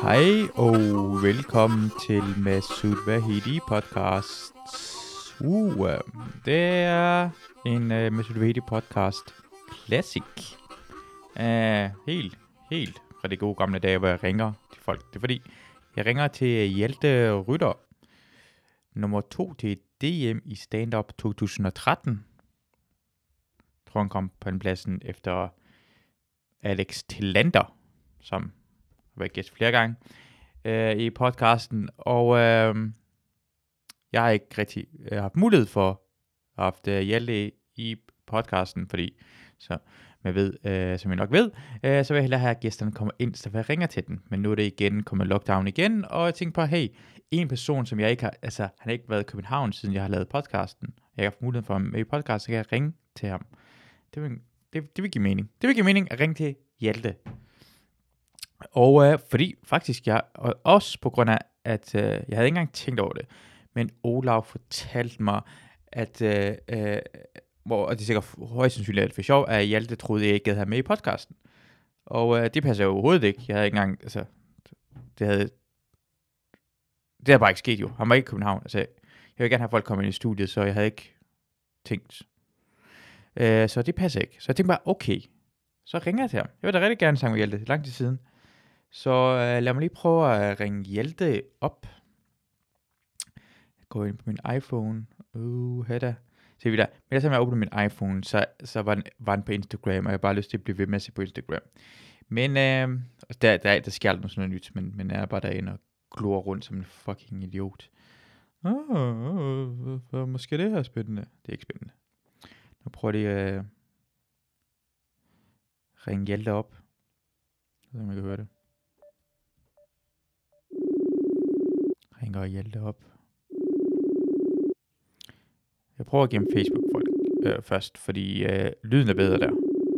Hej og velkommen til Masoud Vahedi podcast. Det er en Masoud Vahedi podcast classic. Helt fra de gode gamle dage, hvor jeg ringer til folk. Det er fordi, jeg ringer til Hjalte Rytter, nummer 2 til DM i stand-up 2013. Jeg tror, han kom på den pladsen efter Alex Tillander, som har været gæst flere gange i podcasten. Og jeg har ikke rigtig haft mulighed for at have haft Hjalte i podcasten, fordi så man ved, som jeg nok ved, så vil jeg hellere have, at gæsterne kommer ind, så jeg ringer til den. Men nu er det igen kommet lockdown igen, og jeg tænker på, hey, en person, som jeg ikke har, altså han har ikke været i København, siden jeg har lavet podcasten. Jeg har haft mulighed for ham med i podcasten, så kan jeg ringe til ham. Det vil give mening. Det vil give mening at ringe til Hjalte. Og fordi faktisk jeg, og også på grund af, at jeg havde ikke engang tænkt over det, men Olav fortalte mig, at, og det er sikkert højst sandsynligt alt for sjov, at Hjalte troede, jeg ikke gad have med i podcasten. Og det passer jo overhovedet ikke. Jeg havde ikke engang, altså, det havde bare ikke sket jo. Han var ikke i København. Altså, jeg ville gerne have folk komme ind i studiet, så jeg havde ikke tænkt. Så det passer ikke. Så jeg tænkte bare, okay, så ringer jeg til ham. Jeg vil da rigtig gerne snakke med Hjalte, lang tid siden. Så lad mig lige prøve at ringe Hjalte op. Jeg går ind på min iPhone. Hedda. Se vi der. Men da jeg åbner min iPhone, så var den på Instagram, og jeg har bare lyst til at blive ved med at se på Instagram. Men der sker aldrig sådan noget nyt, men jeg er bare derinde og glor rundt som en fucking idiot. Måske det her er spændende. Det er ikke spændende. Nu prøver jeg at ringe Hjalte op. Så man kan høre det. Ringer Hjalte op. Jeg prøver gennem Facebook folk først, fordi lyden er bedre der.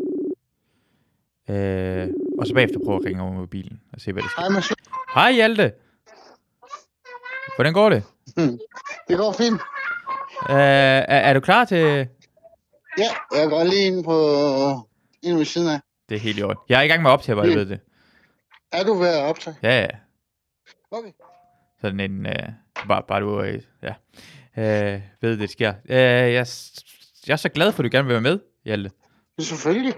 Og så bagefter prøver jeg at ringe over mobilen og se, hvad det sker. Hej Hjalte! Hvordan går det? Det går fint. Er du klar til... Ja, jeg går lige ind ved siden af. Det er helt i orden. Jeg er i gang med at optage, bare du ved det. Er du ved at optage? Ja. Okay. Sådan en... bare du... ja. Ved det sker. Jeg er så glad for, at du gerne vil være med, Hjalte. Selvfølgelig.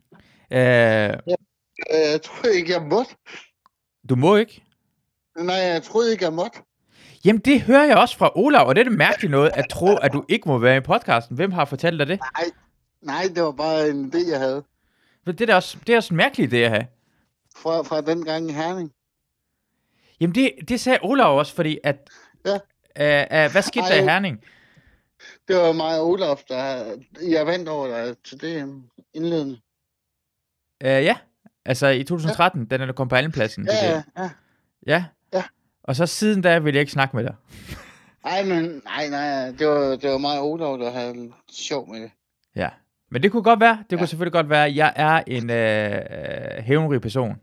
Jeg troede ikke, jeg måtte. Du må ikke? Nej, jeg troede ikke, jeg måtte. Jamen, det hører jeg også fra Olav, og det er det mærkelige noget, at tro, at du ikke må være i podcasten. Hvem har fortalt dig det? Nej, det var bare en idé, jeg havde. Det er også en mærkelig idé at have. Fra den gang i Herning. Jamen, det sagde Olav også, fordi at... Ja. Hvad skete der i Herning? Det var mig og Olav, jeg vandt over dig til det indledende. Ja, altså i 2013, den er du kom på andenpladsen. Ja. Og så siden da vil jeg ikke snakke med dig. Nej, det var mig og Olav, der havde sjov med det. Ja, men det kunne godt være. Det kunne selvfølgelig godt være. Jeg er en hævnrig person.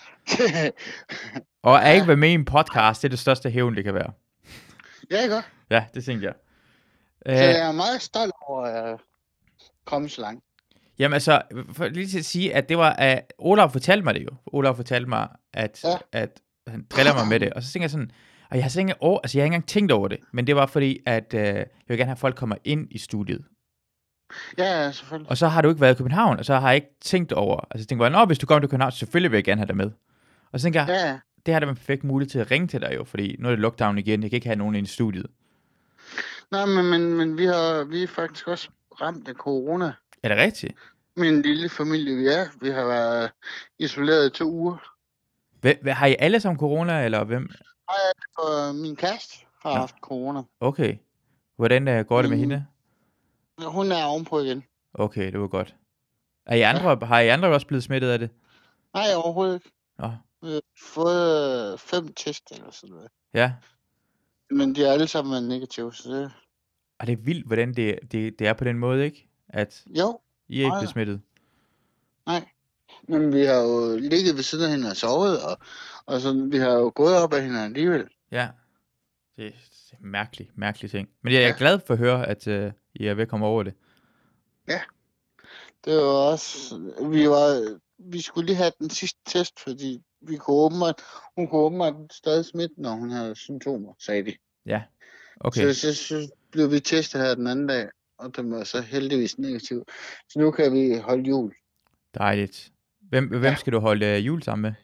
Og er ikke været med i en podcast, det er det største hævn, det kan være. Ja, godt. Ja, det tænkte jeg. Så jeg er meget stolt over at komme så langt. Jamen altså, for lige til at sige, at det var... Olav fortalte mig det jo. Olav fortalte mig, at han driller mig med det. Og så tænker jeg sådan... Og jeg har ikke engang tænkt over det. Men det var fordi, at jeg vil gerne have, at folk kommer ind i studiet. Ja, selvfølgelig. Og så har du ikke været i København, og så har jeg ikke tænkt over... Altså, jeg tænker, hvis du kommer til København, selvfølgelig vil jeg gerne have dig med. Og så tænker jeg, det har da en perfekt mulighed til at ringe til dig jo, fordi nu er det lockdown igen, jeg kan ikke have nogen ind i studiet. Nej, men vi er faktisk også ramt af corona. Er det rigtigt? Min lille familie, vi har været isoleret i 2 uger. Har I alle sammen corona, eller hvem? Nej, min kæreste har haft corona. Okay. Hvordan går det med hende? Hun er ovenpå igen. Okay, det var godt. Har I andre også blevet smittet af det? Nej, overhovedet ikke. Nå. Vi har fået 5 test eller sådan noget. Ja. Men de er alle sammen negative, så det... Og det er vildt, hvordan det er på den måde, ikke? At jo. I er ikke blevet smittet. Nej. Men vi har jo ligget ved siden af hende og sovet, og så vi har jo gået op af hende alligevel. Ja. Det er mærkelig ting. Men jeg er glad for at høre, at I er ved at komme over det. Ja. Det var også... Vi skulle lige have den sidste test, fordi hun kunne åbenbart stadig smitte, når hun havde symptomer, sagde de. Ja, okay. Så blev vi testet her den anden dag, og den var så heldigvis negativ. Så nu kan vi holde jul. Dejligt. Hvem skal du holde jul sammen med?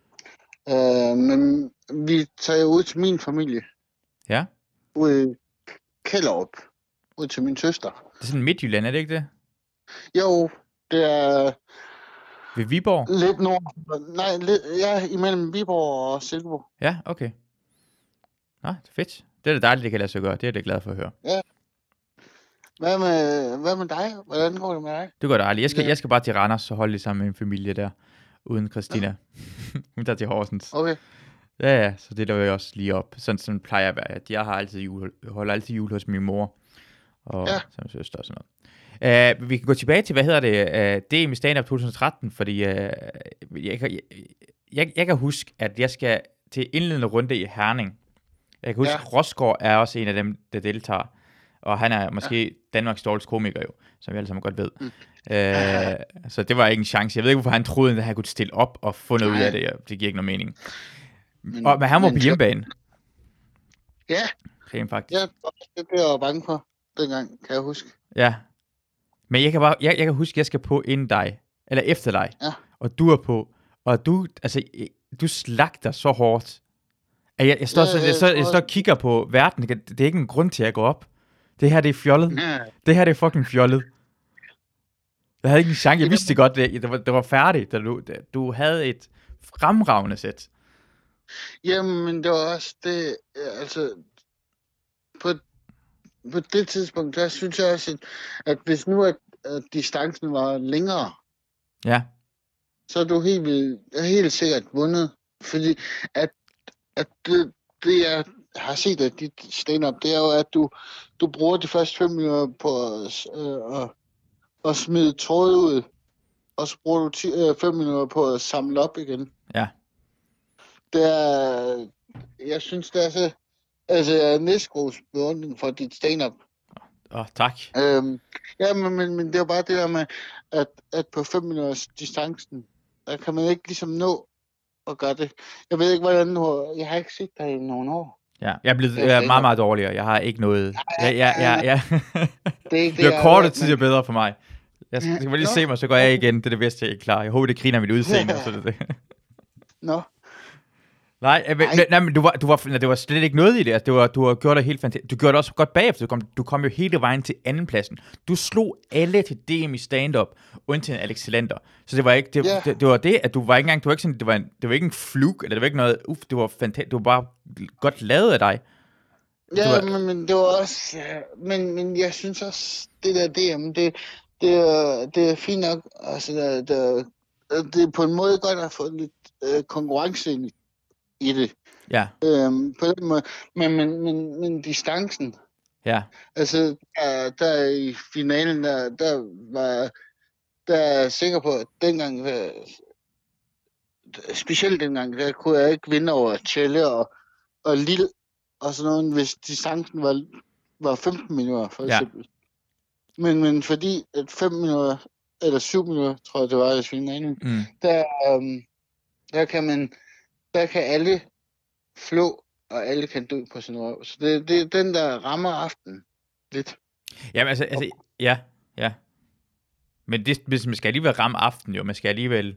Men vi tager ud til min familie. Ja. Ude i Kjellerup. Ud til min søster. Det er sådan Midtjylland, er det ikke det? Jo, det er Ved Viborg? lidt nord. Nej, imellem Viborg og Silkeborg. Ja, okay. Nå, det er fedt. Det er da dejligt, det kan lade sig gøre. Det er jeg da glad for at høre. Ja. Hvad med dig? Hvordan går det med dig? Det går dejligt. Jeg skal bare til Randers og holde det sammen med min familie der. Uden Christina. Hun tager til Horsens. Okay. Ja, så det der vil jeg også lige op. Sådan plejer jeg at være. Jeg har holder altid jul hos min mor. Og som søster og sådan noget. Vi kan gå tilbage til, DM i stand-up 2013, fordi jeg kan huske, at jeg skal til indledende runde i Herning. Jeg kan huske, Rosgaard er også en af dem, der deltager. Og han er måske Danmarks dårligste komiker jo, som vi alle sammen godt ved. Så det var ikke en chance. Jeg ved ikke, hvorfor han troede, at han kunne stille op og få noget ud af det. Det giver ikke nogen mening. Men han var på hjemmebane. Ja. Rent faktisk. Ja, det blev jeg bange for dengang, kan jeg huske. Ja. Men jeg kan huske, at jeg skal på inden dig, eller efter dig. Ja. Og du er på, og du slagter så hårdt. At jeg står og kigger på verden. Det er ikke en grund til, at jeg går op. Det her, det er fjollet. Ja. Det her, det er fucking fjollet. Jeg havde ikke en chance. Jeg vidste det godt, det var færdigt. Du havde et fremragende sæt. Jamen, det var også det, altså, på det tidspunkt, der synes jeg også, at hvis nu at distancen var længere, ja, så er du helt sikkert vundet. Fordi at det jeg har set af dit stand-up, det er jo, at du bruger de første 5 minutter på at smide tråd ud, og så bruger du 5 minutter på at samle op igen. Ja. Jeg synes, det er så... Altså, jeg er næstgros beundring for dit stand-up. Tak. Ja, men det er bare det der med, at på 5 minutters distancen, der kan man ikke ligesom nå at gøre det. Jeg ved ikke, hvordan jeg har ikke set dig i nogle år. Ja, jeg er blevet meget, meget dårligere. Jeg har ikke noget... Ja. Det er korte tid, er bedre for mig. Jeg skal lige se mig, så går jeg igen. Det er det bedste, jeg er klar. Jeg håber, det griner mit udseende. Så det. Nå. Nej, men det var slet ikke noget i det. Altså, du har gjort det helt fantastisk. Du gjorde det også godt bagefter. Du kom jo hele vejen til andenpladsen. Du slog alle til DM i stand-up, undtagen Alex Selander. Så det var ikke det var det, at du var ikke engang, det var ikke en fluk, eller det var ikke noget, det var fantastisk. Det var bare godt lavet af dig. Ja, men det var også, men jeg synes også, det der DM, det er fint nok. Altså, det er på en måde godt at få lidt konkurrence ind i det. Ja. På den måde. Men distancen. Ja. Altså, der i finalen, der er jeg sikker på, at dengang, specielt dengang, der kunne jeg ikke vinde over Tjelle og Lille og sådan noget, hvis distancen var 15 minutter, for eksempel. Men fordi at 5 minutter, eller 7 minutter, tror jeg, det var i finalen, der kan alle flå, og alle kan dø på sin røv. Så det er den, der rammer aftenen lidt. Jamen altså ja. Men man skal alligevel ramme aftenen jo, man skal alligevel...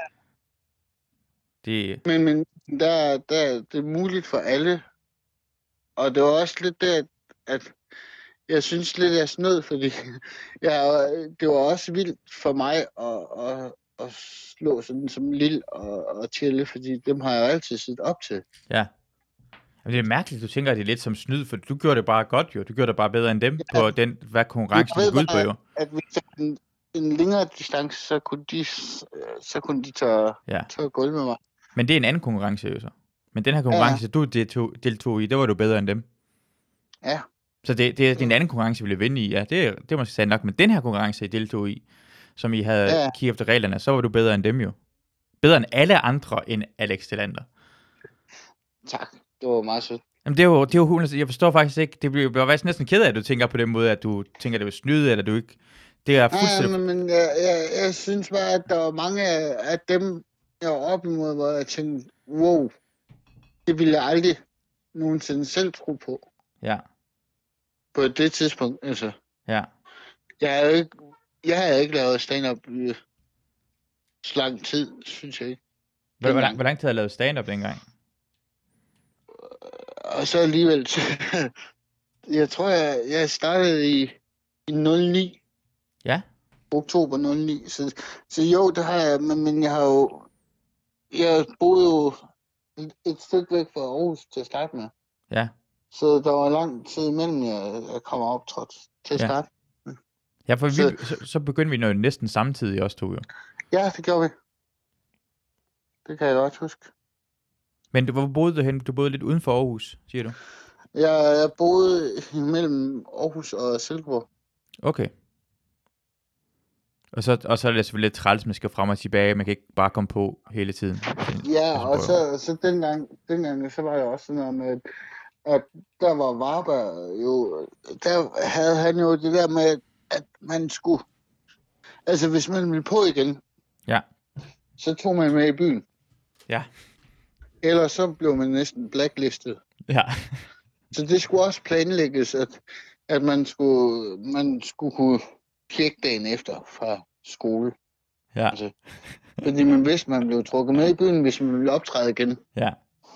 Men der det er muligt for alle. Og det var også lidt det, at jeg synes lidt, jeg snød, fordi det var også vildt for mig at slå sådan som Lille og Tjelle, fordi dem har jeg altid set op til. Ja. Men det er mærkeligt, du tænker, at det er lidt som snyd, for du gjorde det bare godt jo. Du gjorde det bare bedre end dem på den, hvad konkurrencen gik ud på jo. At hvis en længere distance, så kunne de tage gulv med mig. Men det er en anden konkurrence jo så. Men den her konkurrence, du deltog i, det var du bedre end dem. Ja. Så det er en anden konkurrence, vi ville vinde i. Ja, det er måske sandt nok. Men den her konkurrence, I deltog i, som I havde kigget efter reglerne, så var du bedre end dem jo. Bedre end alle andre end Alex Selander. Tak. Det var meget sødt. Jamen det er jo jeg forstår faktisk ikke. Det bliver faktisk næsten ked af, at du tænker på den måde, at du tænker, at det var snyde, eller du ikke... Det er fuldstændig... Men jeg synes bare, at der var mange af dem, jeg var op imod, hvor jeg tænkte, wow, det ville jeg aldrig nogensinde selv tro på. Ja, På det tidspunkt, altså. ja. Jeg havde ikke lavet stand-up i så lang tid, synes jeg ikke. Hvor lang tid har jeg lavet stand-up dengang? Og så alligevel, jeg tror, jeg startede i 09, Ja, oktober 09. Så jo, det har jeg, men jeg boede jo et stykke væk fra Aarhus til at starte med. ja, Så der var lang tid imellem, jeg kom optrådt til at ja. starte. Ja, for Så- så begyndte vi noget næsten samtidig også to jo. Ja, det gjorde vi. Det kan jeg godt huske. Men hvor boede du hen? Du boede lidt uden for Aarhus, siger du? Jeg boede mellem Aarhus og Silkeborg. Okay. Og så er det selvfølgelig lidt træls, man skal frem og tilbage. Man kan ikke bare komme på hele tiden. Ja, og så dengang så var det også sådan noget med, at der var Varberg jo, der havde han jo det der med, at man skulle, altså hvis man ville på igen, Ja, så tog man med i byen. ja, Ellers så blev man næsten blacklistet. ja, Så det skulle også planlægges, at man skulle kunne tjekke dagen efter fra skole. ja, Altså, fordi man vidste, man blev trukket med i byen, hvis man ville optræde igen. ja.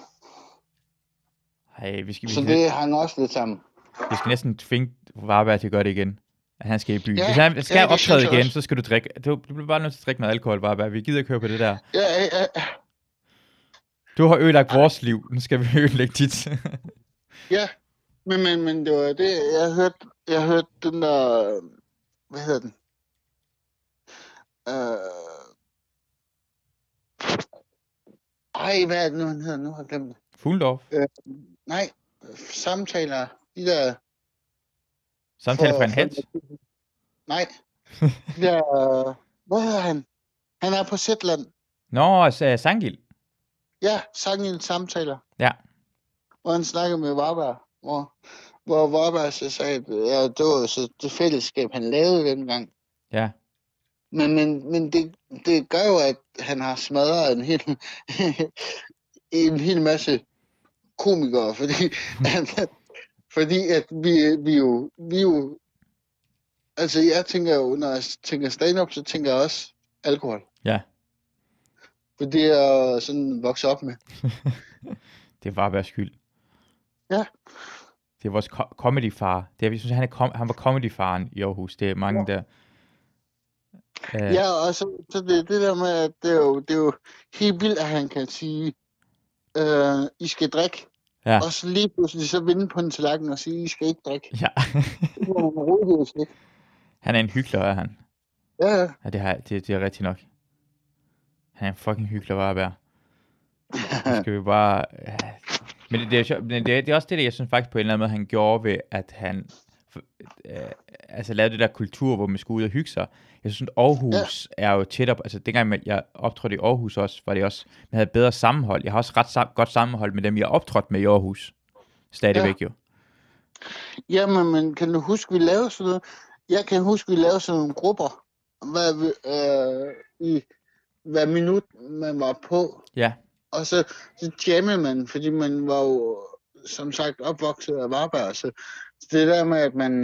Ej, Så det hang også lidt sammen. vi skal næsten tvinge Varberg til at gøre det igen. At han skal i byen. Ja, Hvis han skal ja, det optræde synes jeg igen, også. så skal du drikke. Du bliver bare nødt til at drikke noget alkohol, Varberg. Vi gider ikke høre på det der. Ja. Du har ødelagt vores liv. Nu skal vi ødelægge dit. Ja, men det var det, jeg hørte den der, hvad hedder den? Hvad er det nu, han hedder? Nu har jeg glemt det. Fugledorf. Nej, samtaler, de der... Samtale fra en hals. Nej, de der, hvad hedder han? Han er på Zetland. Nå, Sangil. Ja, Sangil samtaler. Ja. Hvor han snakker med Varberg, hvor Varberg så sagde, at ja, det var så det fællesskab, han lavede dengang. Ja. Men det gør jo, at han har smadret en hel masse komikere, fordi at vi jo, altså jeg tænker jo, når jeg tænker stand-up, så tænker jeg også alkohol. Ja. For det er jeg sådan vokset op med. Det er Varbergs skyld. Ja. Det er vores comedyfar. Jeg synes, han var comedyfaren i Aarhus. Det er mange der. Ja, og så det der med, at det er jo helt vildt, at han kan sige, I skal drikke. Ja. Og så lige pludselig så vinde på en tallerken og sige, I skal ikke drikke. Ja. Det må man roligt ikke. Han er en hyggelig, er han. Ja. Ja, det er rigtigt nok. Han er en fucking hyggelig, Varberg. Så skal vi bare... Men det er også det, jeg synes faktisk på en eller anden måde, han gjorde ved, at han lavede det der kultur, hvor man skulle ud og hygge sig. Jeg synes, Aarhus er jo tæt op. Altså, dengang jeg optrådte i Aarhus også, var det også, man havde bedre sammenhold. Jeg har også godt sammenhold med dem, jeg har optrådt med i Aarhus. Stadigvæk jo. Ja, men kan du huske, vi lavede sådan noget? Jeg kan huske, vi lavede sådan nogle grupper, i hver minut man var på. Ja. Og så jammede man, fordi man var jo, som sagt, opvokset af Varberg. Så det der med, at man,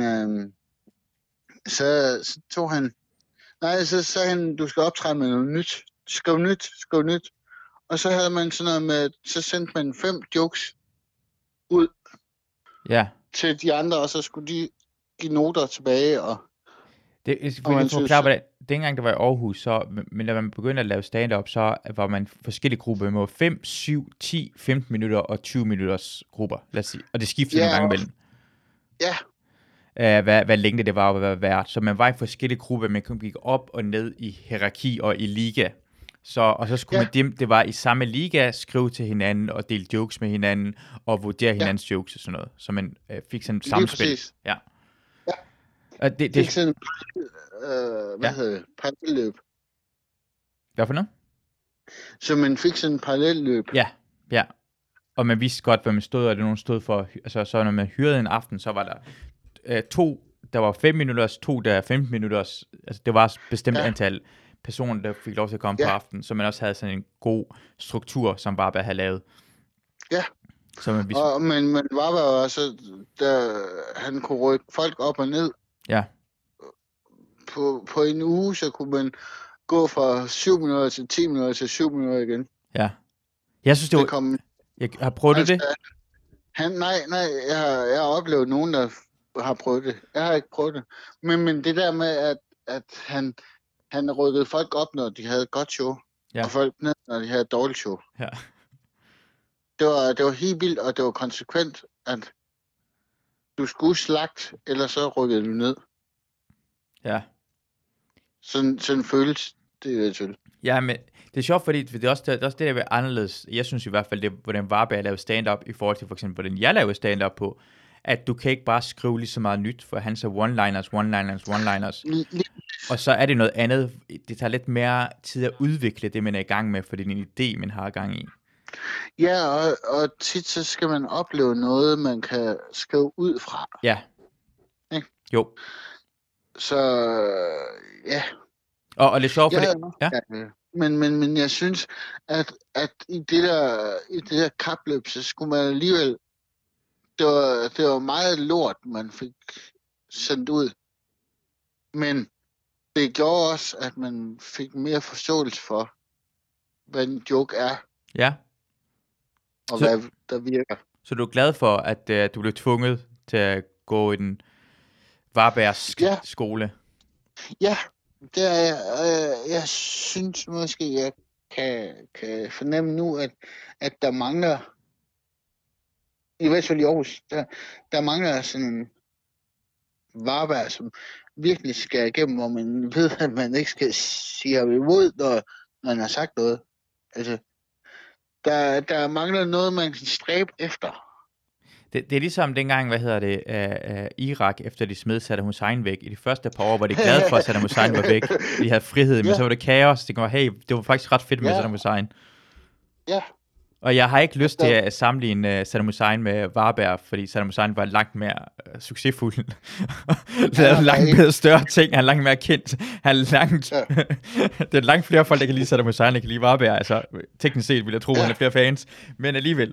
så tog han, så sagde han, du skal optræde med noget nyt. Skriv nyt. Og så havde man sådan noget med, så sendte man 5 jokes ud til de andre, og så skulle de give noter tilbage. Og dengang der var i Aarhus, men da man begyndte at lave stand-up, så var man forskellige grupper med 5, 7, 10, 15 minutter og 20 minutters grupper, lad os sige. Og det skiftede nogle gange imellem. Ja. Hvad længe det var at være vært. Så man var i forskellige grupper, man kunne gik op og ned i hierarki og i liga. Og så skulle man det var i samme liga, skrive til hinanden og dele jokes med hinanden og vurdere hinandens jokes og sådan noget. Så man fik sådan et samspil. Ja. Og det er sådan, hvad hedder det? Parallelløb. Hvad for noget? Så man fik sådan en parallelløb. Ja. Og man vidste godt, hvad man stod, og det nogen stod for. Altså, så når man hyrede en aften, så var der 2, der var 5 minutters, 2, der 15 minutters. Altså, det var et bestemt antal personer, der fik lov til at komme på Ja, aftenen, så man også havde sådan en god struktur, som Varberg havde lavet. ja. Så man, Men var jo også, der han kunne rykke folk op og ned. ja, På en uge, så kunne man gå fra 7 minutter til 10 minutter til 7 minutter igen. ja. Jeg synes, det Det var... kom, Jeg har prøvet altså, det. nej, jeg har oplevet nogen, der har prøvet det. Jeg har ikke prøvet det. Men det der med, at han rykkede folk op, når de havde et godt show, Ja. og folk ned, når de havde et dårligt show. Ja. Det var helt vildt, og det var konsekvent, at du skulle slagt, eller så rykkede du ned. Ja. Sådan føles det jo til. Ja, men det er sjovt, fordi det er også det, der er anderledes. Jeg synes i hvert fald, det hvordan Varberg laver stand-up, i forhold til for eksempel, hvordan jeg laver stand-up på, at du kan ikke bare skrive lige så meget nyt, for han så one-liners, og så er det noget andet. Det tager lidt mere tid at udvikle det, man er i gang med, for det er en idé, man har gang i. Ja, og tit så skal man opleve noget, man kan skrive ud fra. Ja. Ikke? Jo. Så ja. Og det er sjovt, fordi... Ja. Men jeg synes, at i det der kapløb, så skulle man alligevel... Det var meget lort, man fik sendt ud. Men det gjorde også, at man fik mere forståelse for, hvad en joke er, Ja. og hvad der virker. Så du er glad for, at du blev tvunget til at gå i den Varbergs skole? Ja. Det er jeg. Jeg synes måske, jeg kan fornemme nu, at der mangler, i hvert fald i Aarhus, der mangler sådan en Varberg, som virkelig skal igennem, hvor man ved, at man ikke skal sige imod, når man har sagt noget. Altså, der mangler noget, man kan stræbe efter. Det er ligesom dengang, Irak, efter de smed Saddam Hussein væk. I de første par år var de glade for, at Saddam Hussein var væk. De havde frihed, men så var det kaos. Det var, hey, det var faktisk ret fedt med Saddam Hussein. Ja. Og jeg har ikke lyst til at sammenligne Saddam Hussein med Varberg, fordi Saddam Hussein var langt mere succesfuld. Lavede langt bedre større ting. Han er langt mere kendt. Det er langt flere folk, der kan lide Saddam Hussein, der kan lide Varberg. Altså, teknisk set vil jeg tro, at han er flere fans. Men alligevel.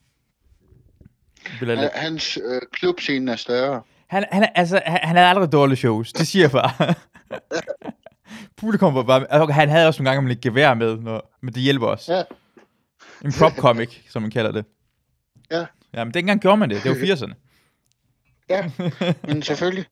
Hans klubscene er større. Han havde aldrig dårlige shows. Det siger jeg bare. Publikum var bare... Han havde også nogle gange lidt gevær med, men det hjælper også. Ja. En prop comic, som man kalder det. Ja. Ja, men dengang gjorde man det. Det var 80'erne. Ja, men selvfølgelig.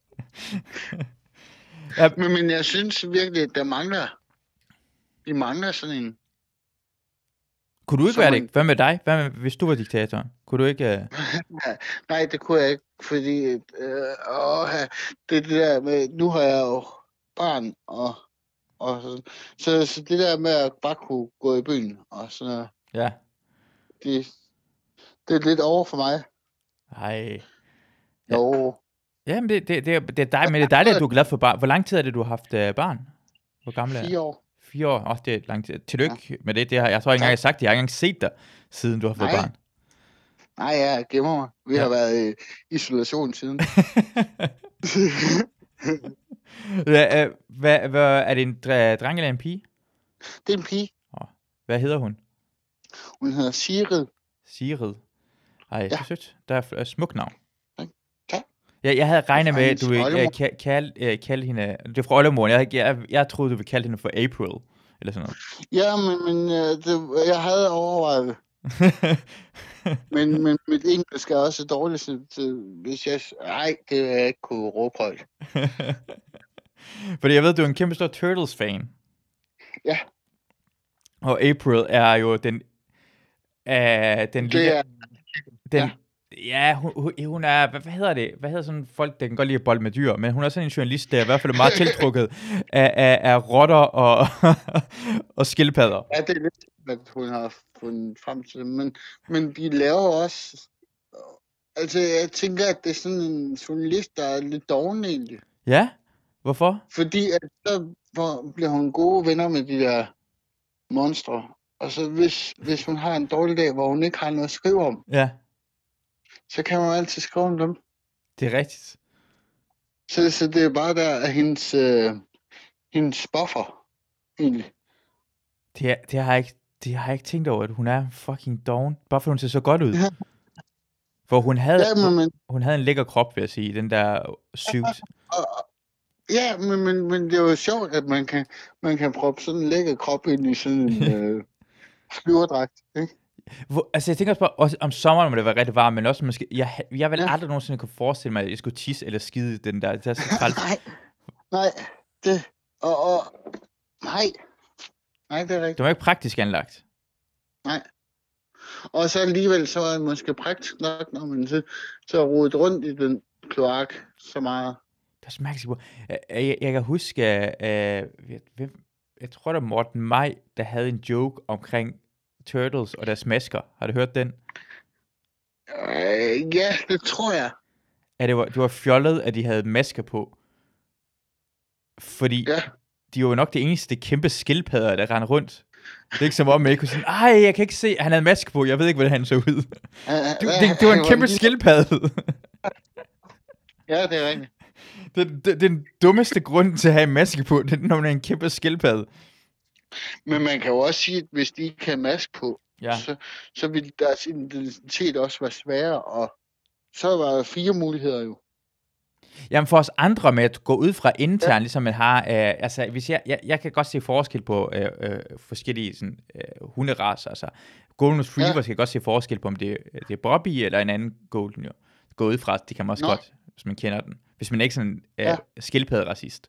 Ja. Men jeg synes virkelig, at der mangler sådan en... Kunne du ikke være det? Hvad med dig? Hvad med, hvis du var diktator? Kunne du ikke... Nej, det kunne jeg ikke, fordi det der med... Nu har jeg jo barn, og så det der med at bare kunne gå i byen og sådan noget. Ja. Det er lidt over for mig. Nej. Jo. Ja, men det er dig, men det er dejligt, at du er glad for barn. Hvor lang tid er det, du har haft barn? Hvor gammel er du? 4 år. 4 år? Det er lang tid. Tillykke med det. Jeg tror ikke engang, jeg har sagt det. Jeg har ikke engang set dig, siden du har fået barn. Nej, jeg gemmer mig. Vi har været i isolation siden. Er det en dreng eller en pige? Det er en pige. Hvad hedder hun? Hun hedder Sigrid. Sigrid. Ej, det er sødt. Der er et smukt navn. Ja. Jeg havde regnet med, at du ville kalde hende... Det er fra oldemoren. Jeg troede, du ville kalde hende for April. Eller sådan noget. Ja, men jeg havde overvejet det. men mit engelsk er også dårligt, hvis jeg... Nej, det vil jeg ikke kunne råbe højt. Fordi jeg ved, du er en kæmpe stor Turtles-fan. Ja. Og April er jo den lille... Ja, hun er, hvad hedder det? Hvad hedder sådan folk, der kan godt lide at bolde med dyr, men hun er sådan en journalist, der er i hvert fald meget tiltrukket af rotter og skildpadder. Ja, det er lidt, at hun har fundet frem til det, men de laver også... Altså, jeg tænker, at det er sådan en journalist, der er lidt doven egentlig. Ja? Hvorfor? Fordi at så bliver hun gode venner med de der monstre. Og så hvis hun har en dårlig dag, hvor hun ikke har noget at skrive om, ja, så kan man altid skrive om dem. Det er rigtigt. Så det er bare der, at hendes buffer. egentlig. Det har jeg ikke tænkt over, at hun er fucking doven. Bare fordi hun ser så godt ud. Ja, For ja, hun havde en lækker krop, vil jeg sige, den der suit. og, ja, men det er jo sjovt, at man kan proppe sådan en lækker krop ind i sådan en flyverdragt, ikke? Altså jeg tænker også på, også om sommeren må det være rigtig varmt, men også måske, jeg vil Ja. aldrig nogensinde kunne forestille mig, at jeg skulle tisse eller skide den der. Det er så træls. Nej, det, og nej, det er rigtigt. Det var ikke praktisk anlagt. Nej. Og så alligevel, så er det måske praktisk nok, når man så rodet rundt i den kloak så meget. Det er så mærkeligt på. Jeg kan huske, jeg tror det var Morten Maj, der havde en joke omkring Turtles og deres masker. Har du hørt den? Ja, det tror jeg. At det var fjollet, at de havde masker på. Fordi Ja. de var jo nok det eneste kæmpe skildpadder, der rendte rundt. Det er ikke som om, jeg kunne sige, ej, jeg kan ikke se, han havde maske på, jeg ved ikke, hvordan han så ud. Det var en kæmpe skildpadde. Ja, det er rigtigt. Det er den dummeste grund til at have maske på, det er, når man er en kæmpe skildpadde. Men man kan jo også sige, at hvis de ikke har maske på, Ja. så vil deres identitet også være sværere, og så var der 4 muligheder jo. Jamen for os andre med at gå ud fra internt, ligesom man har, altså hvis jeg kan godt se forskel på forskellige sådan, hunderacer, altså Golden Retriever skal godt se forskel på, om det er Bobby eller en anden Golden, jo. Gå ud fra, det kan man også godt, hvis man kender den. Hvis man er ikke sådan skildpadderacist.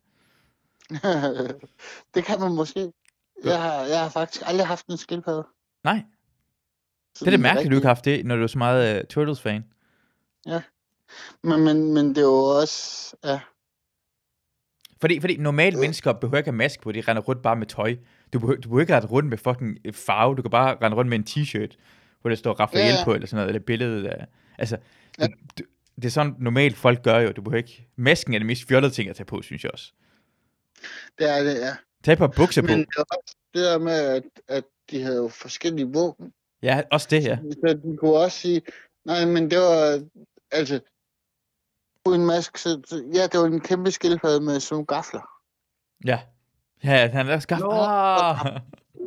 Det kan man måske. Jeg har faktisk aldrig haft en skildpadde. Nej. Det er det mærkeligt, du ikke har haft det, når du er så meget Turtles-fan. Ja. Men det er jo også... Ja. Fordi normale mennesker behøver ikke have maske på, de render rundt bare med tøj. Du behøver ikke rende rundt med fucking farve, du kan bare rende rundt med en t-shirt, hvor der står Raphael på, eller sådan noget, eller billedet af... Altså, det er sådan normalt folk gør jo, du behøver ikke... Masken er det mest fjollede ting at tage på, synes jeg også. Det er det, ja. Tag et par bukser på. Men det er også det der med, at de havde jo forskellige våben. Ja, også det, ja. Så de kunne også sige, nej, men det var... Altså, en maske, så ja, det var en kæmpe skildpadde med sådan nogle gafler. Ja. Ja, han er også gafler.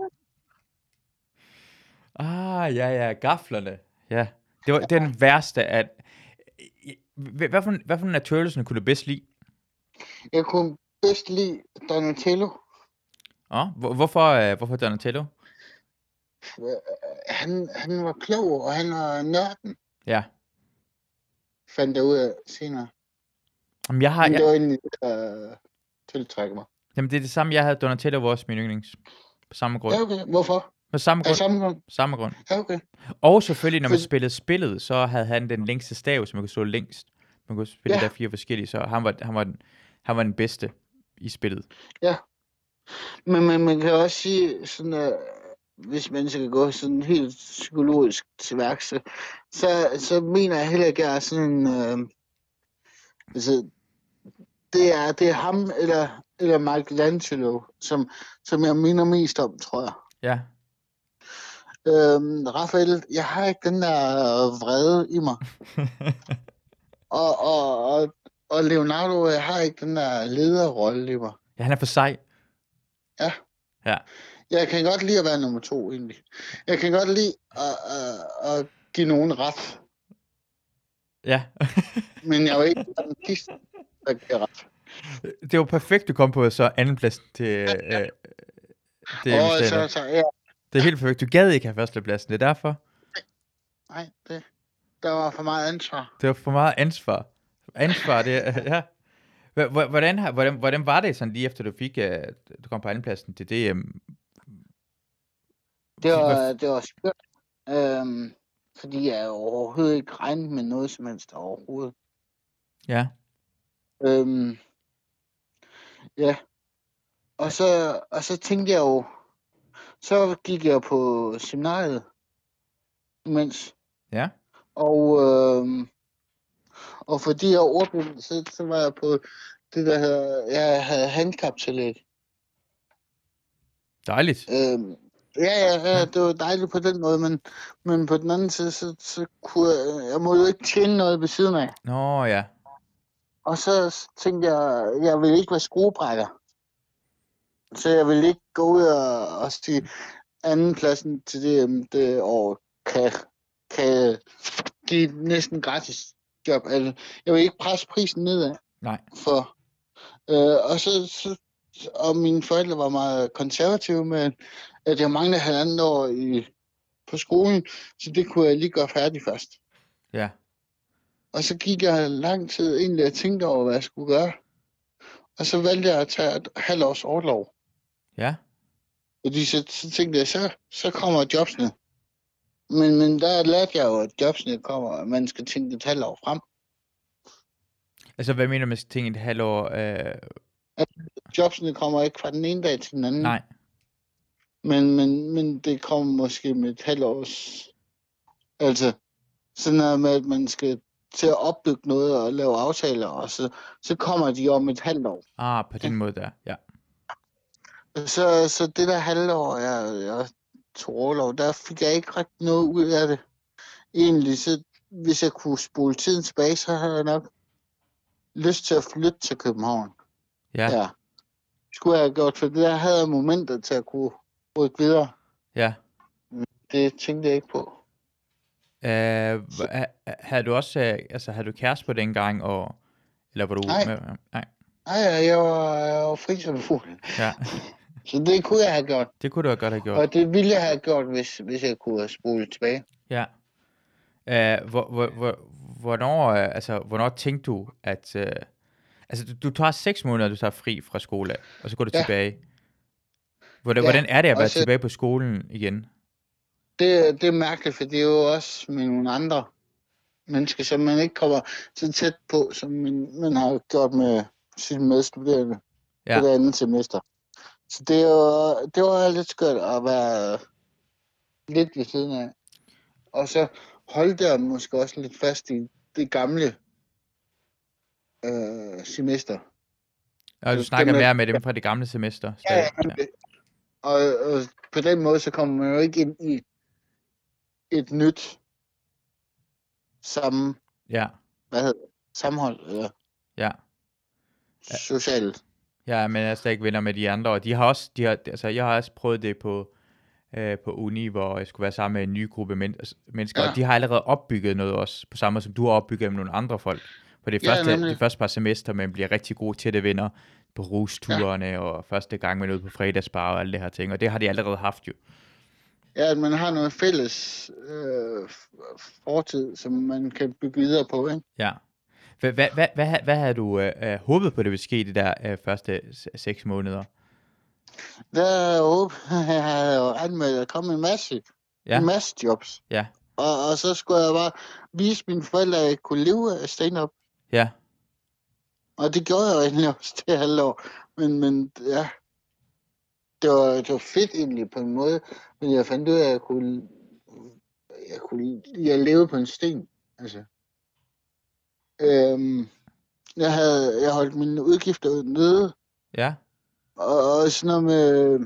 Ja, gaflerne. Ja. Det er den værste, at... Hvad for en af Turtles'ene kunne du bedst lide? Jeg kunne bedst lide Donatello. Hvorfor Donatello? Han var klog, og han var nørden. Ja. Fandt jeg ud af senere. Jamen, det var egentlig tiltrække mig. Jamen, det er det samme, jeg havde. Donatello var også min yndlings. På samme grund. Ja, okay. Hvorfor? På samme grund. Samme grund. Ja, okay. Og selvfølgelig, når man spillede spillet, så havde han den længste stav, som man kunne slå længst. Man kunne spille der 4 forskellige, så han var den bedste i spillet. Ja. Men man kan også sige, sådan, hvis man skal gå sådan helt psykologisk til værks, så mener jeg heller ikke, at jeg er sådan en... altså, det er ham eller Michelangelo, som jeg minder mest om, tror jeg. Ja. Raphael, jeg har ikke den der vrede i mig. og Leonardo, jeg har ikke den der lederrolle i mig. Ja, han er for sej. Ja. Ja. Jeg kan godt lide at være nummer 2, egentlig. Jeg kan godt lide at give nogen ret. Ja. Men jeg er jo ikke den sidste, der giver ret. Det var perfekt, du kom på så andenpladsen til... Ja. Det er helt perfekt. Du gad ikke have førstepladsen, det er derfor. Nej, der var for meget ansvar. Det var for meget ansvar. Ansvar, det ja. Hvordan var det sådan lige efter du kom på andenpladsen til DM? Det var skørt. Fordi jeg overhovedet ikke regnede med noget som helst overhovedet. Ja. Ja. Og så tænkte jeg jo, så gik jeg på seminariet imens. Ja. Og fordi jeg ordblind, så var jeg på det, der hedder, jeg havde handicaptillæg. Dejligt. Ja, det var dejligt på den måde, men på den anden side, så kunne jeg må jo ikke tjene noget ved siden af. Nå, ja. Og så tænkte jeg ville ikke være skruebrækker. Så jeg vil ikke gå ud og sige, anden pladsen til det år kan give næsten gratis job. Altså, jeg vil ikke presse prisen nedad. Nej. For, og mine forældre var meget konservative med, at jeg manglede halvandet år på skolen, så det kunne jeg lige gøre færdig først. Ja. Og så gik jeg lang tid egentlig og tænkte over, hvad jeg skulle gøre. Og så valgte jeg at tage et halvt års orlov. Ja. Fordi så tænkte jeg, så kommer jobsene. Men der lærte jeg jo, at jobsene kommer, og man skal tænke et halvt år frem. Altså, hvad mener du med ting et halvt år? At jobsene kommer ikke fra den ene dag til den anden. Nej. Men det kommer måske med et halvt års... Altså, sådan noget med, at man skal til at opbygge noget og lave aftaler, og så kommer de om et halvt år. På den måde der, ja. Så det der halvår, jeg tog overlov, der fik jeg ikke rigtig noget ud af det. Egentlig, så hvis jeg kunne spole tiden tilbage, så havde jeg nok lyst til at flytte til København. Ja. Skulle jeg have gjort, for det der havde jeg momenter til at kunne rykke videre. Ja. Det tænkte jeg ikke på. Havde du også, havde du kæreste på den gang, eller var du... Nej. Nej. Nej, jeg var fri som fugl. Ja. Så det kunne jeg have gjort. Det kunne du godt have gjort. Og det ville jeg have gjort, hvis jeg kunne have spolet tilbage. Ja. Hvornår tænkte du, at... du tager 6 måneder, du tager fri fra skole, og så går du tilbage. Hvordan er det at være tilbage på skolen igen? Det er mærkeligt, for det er jo også med nogle andre mennesker, som man ikke kommer så tæt på, som man har gjort med sine medstuderende på det andet semester. Så det var lidt skørt at være lidt ved siden af. Og så holdt jeg måske også lidt fast i det gamle semester. Og du snakker mere med dem fra det gamle semester? Ja. Og på den måde, så kommer man jo ikke ind i et nyt sammenhold, eller socialt. Ja, men jeg er slet ikke venner med de andre, og jeg har også prøvet det på uni, hvor jeg skulle være sammen med en ny gruppe mennesker, og de har allerede opbygget noget også, på samme måde som du har opbygget med nogle andre folk. På de første par semester, man bliver rigtig god til det venner på rusturene, og første gang man er ude på fredagsbar og alle det her ting, og det har de allerede haft jo. Ja, at man har noget fælles fortid, som man kan bygge videre på, ikke? Ja. Hvad havde du håbet på, det ville ske de der første 6 måneder? Jeg havde jo regnet med, at der kom en masse jobs. Ja. Og så skulle jeg bare vise mine forældre, at jeg kunne leve af stand-up. Ja. Og det gjorde jeg jo egentlig også det halvår. Men ja, det var fedt egentlig på en måde. Men jeg fandt ud af, at jeg levede på en sten. Altså. Jeg holdt mine udgifter nede. Ja. Og sådan noget med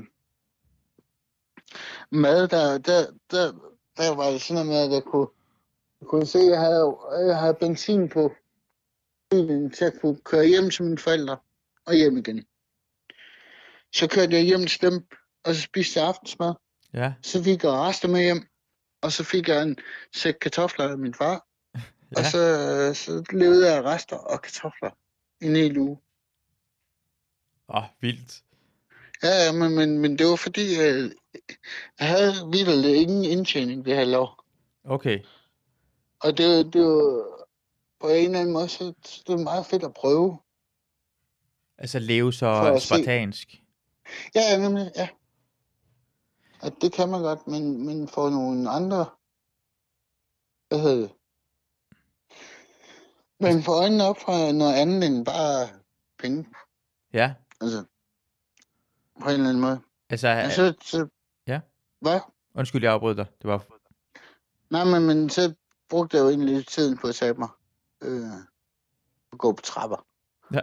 mad, der var det sådan noget med, at jeg kunne se, at jeg havde benzin på bilen til at kunne køre hjem til mine forældre og hjem igen. Så kørte jeg hjem til dem, og så spiste jeg aftensmad. Ja. Så fik jeg rester med hjem, og så fik jeg en sæk kartofler af min far. Ja. Og så levede jeg rester og kartofler en hel uge. Vildt. Ja, men det var fordi, jeg havde vitterligt ingen indtjening det her lov. Okay. Og det var på en eller anden måde, så det var meget fedt at prøve. Altså leve så spartansk. Ja, nemlig, ja. Og det kan man godt, men for nogle andre, men for øjnene op for noget andet end bare penge. Ja. Altså, på en eller anden måde. Altså, ja. Hvad? Undskyld, jeg afbryder dig. Det var... Nej, men så brugte jeg jo egentlig tiden på at tage mig. At gå på trapper. Ja.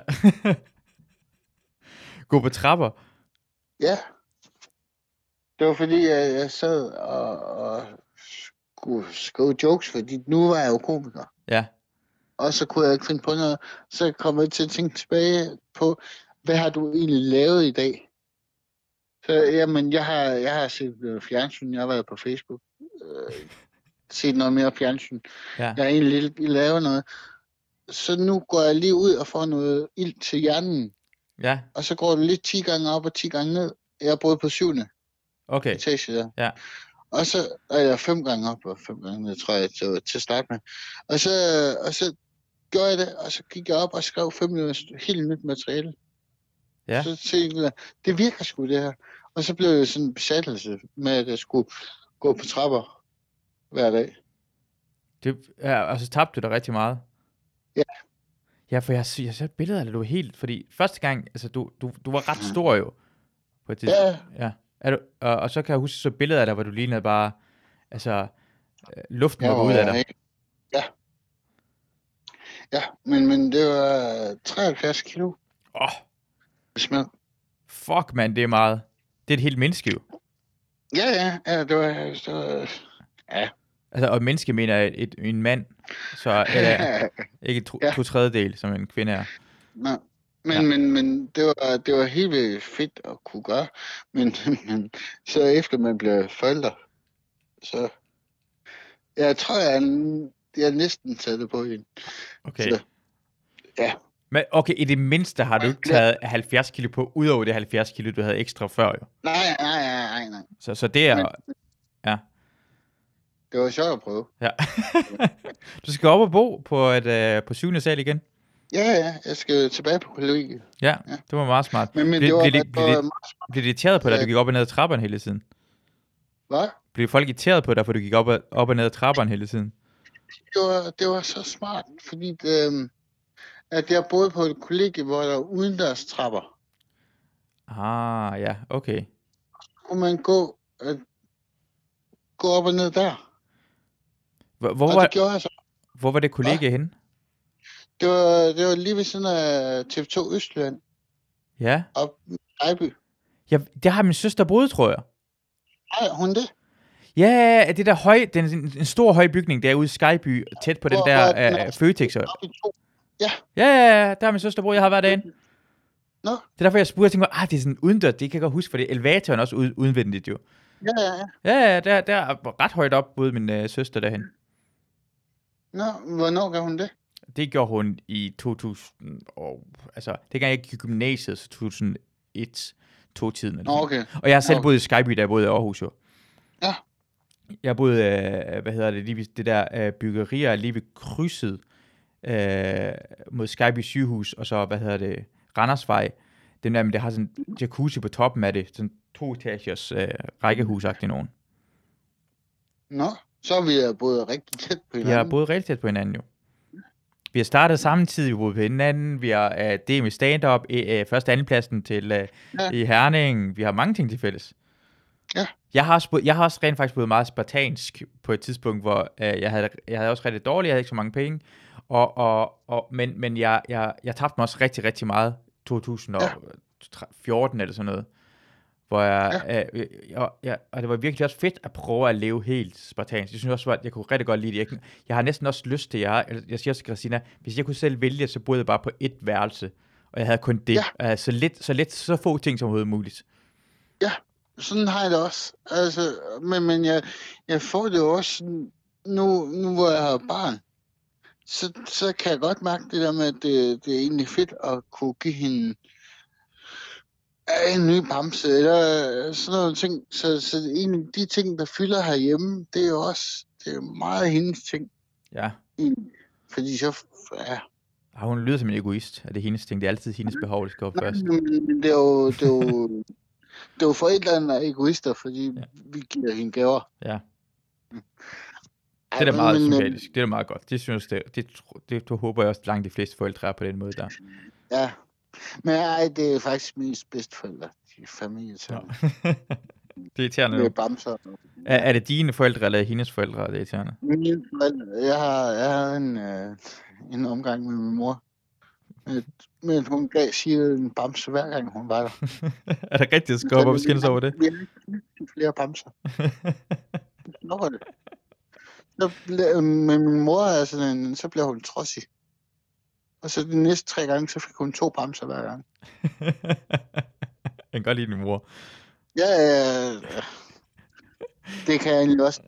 Gå på trapper? Ja. Det var fordi, jeg sad og skulle skrive jokes, fordi nu var jeg jo komiker. Ja. Og så kunne jeg ikke finde på noget. Så kom jeg til at tænke tilbage på, hvad har du egentlig lavet i dag? Så jamen, jeg har set fjernsyn. Jeg har været på Facebook. Set noget mere fjernsyn. Ja, Jeg har egentlig ikke lavet noget. Så nu går jeg lige ud og får noget ild til hjernen. ja, Og så går det lidt 10 gange op og 10 gange ned. Jeg er både på 7. okay, etage der. ja, Og så er jeg 5 gange op og 5 gange ned, tror jeg, til at starte med. Og så gjorde jeg det, og så gik jeg op og skrev 5 minutter helt nyt materiale. ja. Så tænkte jeg, det virker sgu det her. Og så blev det sådan en besættelse med, at jeg skulle gå på trapper hver dag. Og så tabte du dig rigtig meget. Ja. Ja, for jeg så et billede af dig, du var helt, fordi første gang, altså du var ret stor jo, på et tidspunkt. Ja, Ja. Og så kan jeg huske så et billede af dig, hvor du lignede bare, altså, luften jeg var gået ud af dig. Ja. Ja, men det var 73 kilo. Smad. Fuck, mand, det er meget. Det er et helt menneske jo. Ja, det var ja. Altså, og et menneske mener jeg en mand, så er det ikke to tredjedel, som en kvinde er. Nå. Men det var helt vildt fedt at kunne gøre. Men så efter man bliver forældre, så jeg tror, jeg næsten taget det på hende. Okay. Så, ja. Men okay, i det mindste har du ikke taget 70 kilo på, udover det 70 kilo, du havde ekstra før jo. Nej. Så det er... Men, ja. Det var sjovt at prøve. Ja. Du skal op og bo på 7. sal igen. Ja, jeg skal tilbage på kollegiet. Ja, det var meget smart. Men blev de irriteret på dig, at du gik op og ned ad trapperne hele tiden? Hvad? Blev folk irriteret på dig, for du gik op og ned ad trapperne hele tiden? Det var så smart, fordi at jeg boede på et kollegie, hvor der var udendørs trapper. Ah, ja, okay. Kunne man gå op og ned der. Det gjorde jeg så. Hvor var det kollegie henne? Det var lige ved siden af TV2 Østjylland. Ja. Op i Ejby. Ja, der har min søster boet, tror jeg. Nej, hun det? Ja, det der en stor høj bygning derude i Skyby, tæt på den der Føtex. Ja. Ja, der har min søster boet, jeg har været derinde. Nå. Det er derfor, jeg spurgte, jeg tænkte, det er sådan udendørs, det kan jeg godt huske, for det er elevatoren også udvendigt jo. Ja. Ja, der er ret højt op, boede min søster derhen. Nå, hvornår gør hun det? Det gjorde hun i 2000, altså, det gang jeg gik i gymnasiet, så 2001, tiden. Eller okay. Og jeg har selv boet i Skyby, da jeg boede i Aarhus jo. Ja. Jeg boede, lige ved det der byggerier lige ved krydset mod Skyby sygehus, og så, Randersvej. Den der, men det har sådan en jacuzzi på toppen af det, sådan 2-etagers rækkehusagtig nogen. Nå, så har vi boet rigtig tæt på hinanden. Vi har boet rigtig tæt på hinanden jo. Vi har startet samtidig, vi boede på hinanden, vi har det med stand-up, første andenpladsen til i Herning, vi har mange ting til fælles. Ja. Jeg har også rent faktisk blevet meget spartansk på et tidspunkt, hvor jeg havde også rigtig dårligt, jeg havde ikke så mange penge, men jeg tabte mig også rigtig, rigtig meget 2014 eller sådan noget, hvor og det var virkelig også fedt at prøve at leve helt spartansk. Jeg synes også, at jeg kunne rigtig godt lide det. Jeg har næsten også lyst til, jeg siger til Christina, hvis jeg kunne selv vælge, så boede jeg bare på et værelse, og jeg havde kun det. Ja. Så få ting som overhovedet muligt. Ja, sådan har jeg det også. Altså, men jeg får det også nu hvor jeg har barn, så kan jeg godt mærke det der med, at det er egentlig fedt at kunne give hende en ny bamse, eller sådan nogle ting. Så egentlig de ting, der fylder herhjemme, det er jo også meget hendes ting. Ja. Fordi så, ja. Hun lyder som en egoist, at det er hendes ting. Det er altid hendes behov, der skal op først. Men det er jo forældrene er egoister, fordi vi giver hende gaver. Ja. Det er da meget sympatisk. Det er da meget godt. Det synes det håber jeg også, langt de fleste forældre er på den måde der. Ja. Men det er faktisk mest bedsteforældre, de familie til. Ja. Det er irriterende. Med bamser. Er det dine forældre, eller hendes forældre, det er irriterende? Mine forældre. Jeg har en omgang med min mor. Men hun siger en bamse hver gang hun var der. Er det rigtigt, at skubbe op og skændes over det? Vi har flere bamser. Nå var det. Men min mor er sådan så bliver hun trodsig. Og så de næste 3 gange, så fik hun 2 bamser hver gang. Jeg kan godt lide din mor. Ja, det kan jeg egentlig også.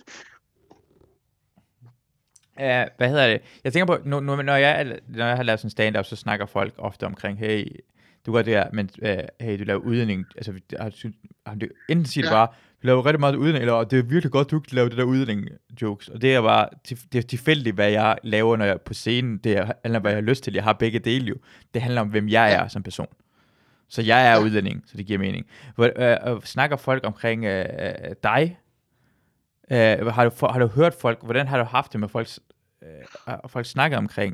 Hvad hedder det? Jeg tænker på, når jeg har lavet sådan stand-up, så snakker folk ofte omkring, hey, du gør det her, men hey, du laver udlænding. Altså, enten siger det Ja, bare, du laver rigtig meget udlænding, eller det er virkelig godt, du ikke laver det der udlænding-jokes. Og det er bare, det er tilfældigt, hvad jeg laver, når jeg er på scenen. Det handler om, hvad jeg har lyst til. Jeg har begge dele jo. Det handler om, hvem jeg ja, er som person. Så jeg er ja. udlænding, så det giver mening. Snakker folk omkring dig? Har du hørt folk, hvordan har du haft det med folk snakker omkring?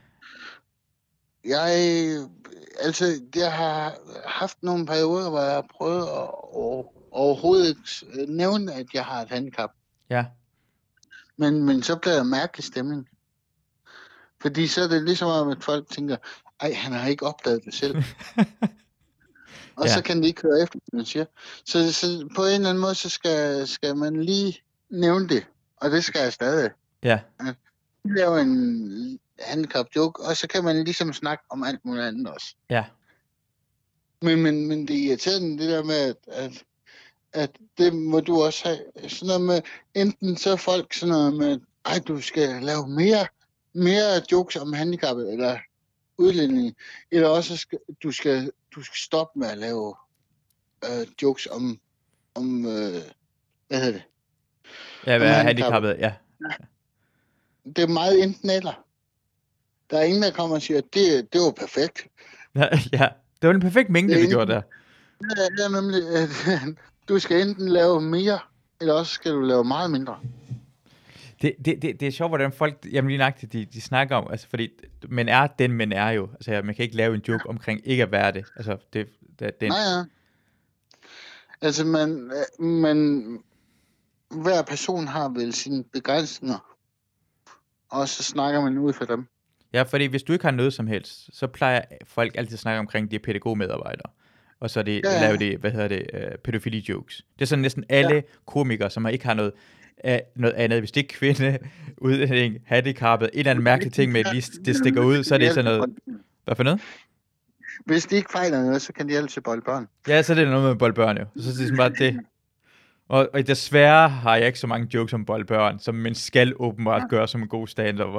Jeg, jeg har haft nogle perioder, hvor jeg har prøvet at overhovedet ikke nævne, at jeg har et handicap. Ja, Men så bliver der mærkelig stemning. Fordi så er det ligesom om, at folk tænker, ej, han har ikke opdaget det selv. Og ja, så kan de ikke høre efter, hvad man siger. Så på en eller anden måde, så skal man lige nævne det. Og det skal jeg stadig. ja, Lave en handicap joke, og så kan man ligesom snakke om alt muligt andet også. ja, Men det er irriterende, det der med, at det må du også have. Sådan noget med, enten så er folk sådan noget med, ej, du skal lave mere jokes om handicappet, eller udlændinge, eller også du skal stoppe med at lave jokes om hvad hedder det? ja, Om hvad er handicappet. handicappet, ja. Det er meget enten eller. Der er ingen, der kommer og siger, at det var perfekt. Ja, det var en perfekt mængde, Det er vi gjorde der. Det er nemlig, at du skal enten lave mere, eller også skal du lave meget mindre. Det er sjovt, hvordan folk, jamen lige nøjagtigt, de snakker om, altså fordi, man er den, man er jo. Altså, man kan ikke lave en joke omkring ikke at være det. Altså, det Nej, ja. Altså, man hver person har vel sine begrænsninger, og så snakker man ud fra dem. Ja, fordi hvis du ikke har noget som helst, så plejer folk altid at snakke omkring de pædagogmedarbejdere. Og så laver de, pædofili-jokes. Det er sådan næsten alle komikere, som ikke har noget andet. Hvis det er kvinde, udlænding, handicappet, en eller anden mærkelig ting med, det stikker ud, så er det sådan noget. Hvad for noget? Hvis de ikke fejler noget, så kan de altid bolde børn. Ja, så er det noget med boldbørn jo. Så det er sådan bare det. Og desværre har jeg ikke så mange jokes om boldbørn, som man skal åbenbart gøre som en god stand-upper.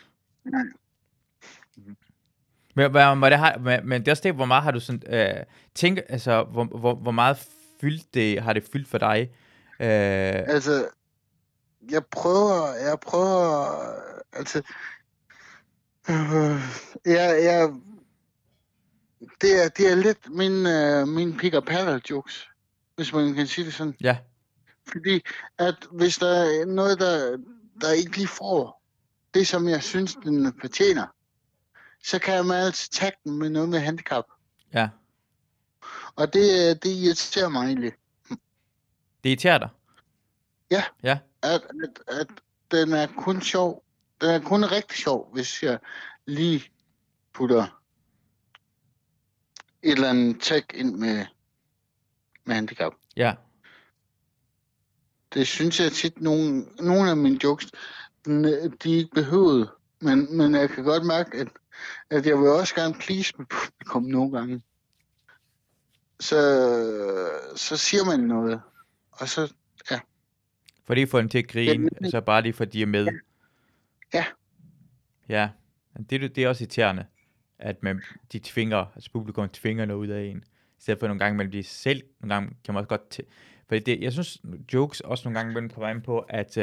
Men det er også det, hvor meget har du sådan tænkt, altså hvor meget har det fyldt for dig? Altså, jeg prøver, altså, det er lidt min pick up paddle jokes, hvis man kan sige det sådan. Ja. Fordi at hvis der er noget, der ikke lige får det, som jeg synes, den fortjener, så kan man altid tagge den med noget med handicap. Ja. Og det irriterer mig egentlig. Det irriterer dig? Ja. Ja. At den er kun sjov. Den er kun rigtig sjov, hvis jeg lige putter et eller andet tag ind med handicap. Ja. Det synes jeg tit, nogle af mine jokes, de ikke behøvede. Men jeg kan godt mærke, at jeg vil også gerne please med publikum nogle gange. Så siger man noget, og så, ja. Fordi får dem til at grine, så bare lige for de er med. Ja. Ja. Det er også irriterende, at de tvinger, altså publikum tvinger noget ud af en. I stedet for nogle gange mellem de selv, nogle gange kan man også godt fordi jeg synes, jokes også nogle gange mellem kommer ind på, at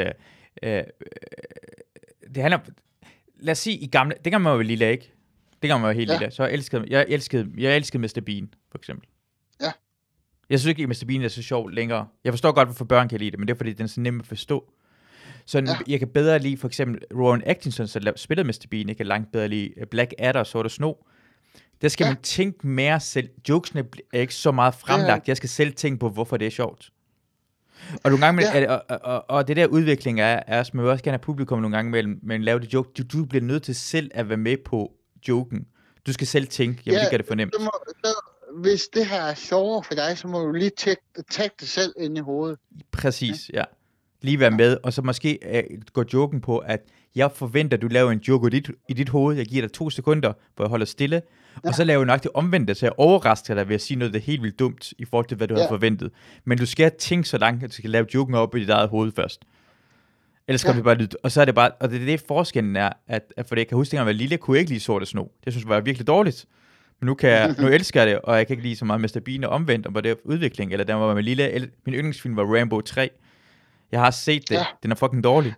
det handler, lad os sige, i gamle, det kan man jo lille, ikke? Det kan man jo helt lille. Så jeg elskede Mr. Bean, for eksempel. Ja. Jeg synes ikke, at Mr. Bean er så sjov længere. Jeg forstår godt, hvorfor børn kan lide det, men det er, fordi den er så nem at forstå. Så jeg kan bedre lide, for eksempel, Rowan Atkinson, som spillede Mr. Bean, jeg kan langt bedre lide Black Adder, Sort og Sno. Der skal man tænke mere selv. Jokesene er ikke så meget fremlagt. Jeg skal selv tænke på, hvorfor det er sjovt. Og nogle gange, og det der udvikling er som jeg også gerne have publikum nogle gange mellem lave det joke. Du bliver nødt til selv at være med på joken. Du skal selv tænke, jamen det gør det fornemt. Hvis det her er sjovere for dig, så må du lige tagge det selv ind i hovedet. Præcis, ja. lige være med, og så måske gå joken på, at jeg forventer, at du laver en joke i dit hoved, jeg giver dig 2 sekunder, hvor jeg holder stille, og så laver jeg nok det omvendte, så jeg overrasker dig ved at sige noget, der er helt vildt dumt, i forhold til, hvad du havde forventet. Men du skal tænke så langt, at du skal lave joken op i dit eget hoved først. Ellers kommer det bare lyde, og så er det bare, og det er det forskellen er, at for det, jeg kan huske, at jeg var lille, kunne jeg ikke lide Sorte Snog. Det synes jeg var virkelig dårligt. Men nu elsker jeg det, og jeg kan ikke lide så meget Mr. Bean og omvendt, og var det udvikling, eller der var min lille, min yndlingsfilm var Rambo 3. Jeg har set det. Den er fucking dårlig.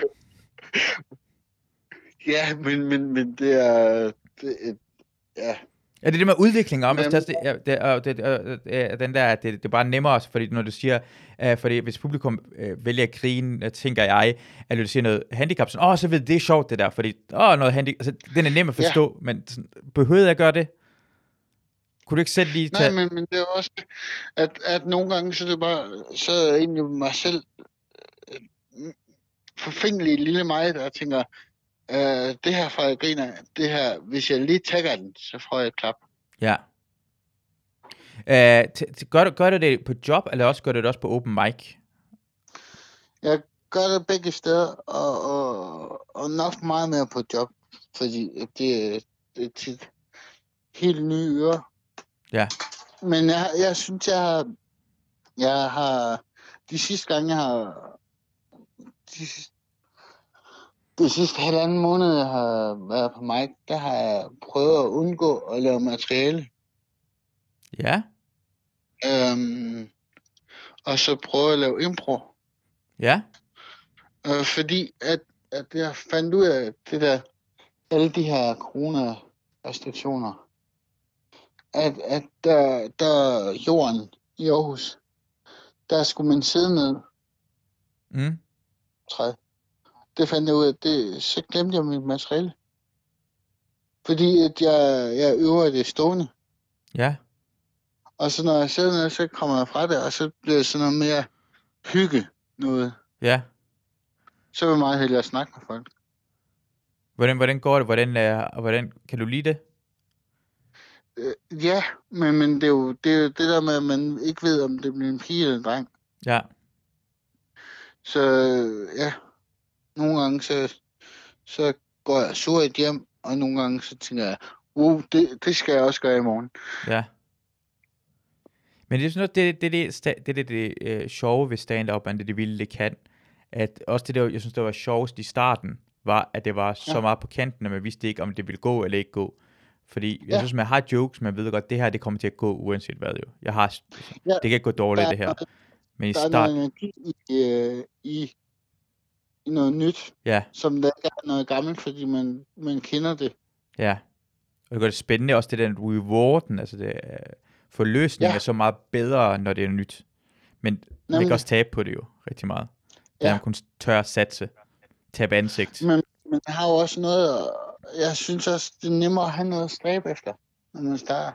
Ja, men det er... Ja. Ja, det er det med udvikling om, den der, at det er bare nemmere, fordi når du siger, fordi hvis publikum vælger at grine, tænker jeg, at du siger noget handicap, sådan, så ved det er sjovt det der, fordi, noget handicap, altså, den er nem at forstå, men sådan, behøvede jeg at gøre det? Kunne du ikke selv lige tage... Nej, men det er også, at nogle gange, så er det bare, så er jeg egentlig mig selv, forfængelig lille mig, der tænker, det her fra jeg griner, det her, hvis jeg lige tagger den, så får jeg et klap. Ja. Gør du det på job, eller også gør du det også på open mic? Jeg gør det begge steder, og nok meget mere på job, fordi det er tit helt nye ører. Ja. Men jeg synes, jeg har de sidste gange, jeg har de sidste halvanden måned, jeg har været på mic, der har jeg prøvet at undgå at lave materiale. Ja. Og så prøve at lave impro. Ja. Fordi at jeg fandt ud af det der, alle de her corona-restriktioner, at der jorden i Aarhus, der skulle man sidde ned. Træet. Det fandt jeg ud af, så glemte jeg mit materiale. Fordi at jeg øver det stående. Ja. Og så når jeg sidder ned, så kommer jeg fra det, og så bliver det sådan noget mere hygge noget. Ja. Så vil jeg meget hellere snakke med folk. Hvordan går det? Hvordan kan du lide det? Ja, men det er jo det der med, at man ikke ved, om det bliver en pige eller en dreng. Ja. Så ja, nogle gange så går jeg sur hjem, og nogle gange så tænker jeg, det skal jeg også gøre i morgen. Ja. Men det er sådan noget, det sjove ved stand-up, og det vilde, det kan. At også det der, jeg synes, det var sjovest i starten, var, at det var så meget på kanten, at man vidste ikke, om det ville gå eller ikke gå. Fordi jeg synes, man har jokes, man ved godt, det her, det kommer til at gå, uanset hvad jo. Det kan ikke gå dårligt, det her. Men der er noget energi i noget nyt, som der ikke er noget gammelt, fordi man kender det. Ja, og det gør det spændende, også det der rewarden, altså det forløsning er så meget bedre, når det er nyt. Men man kan også tabe på det jo rigtig meget. Det er man kun tør at satse, tabe ansigt. Men man har jo også noget, jeg synes også, det er nemmere at have noget at stræbe efter, når man starter.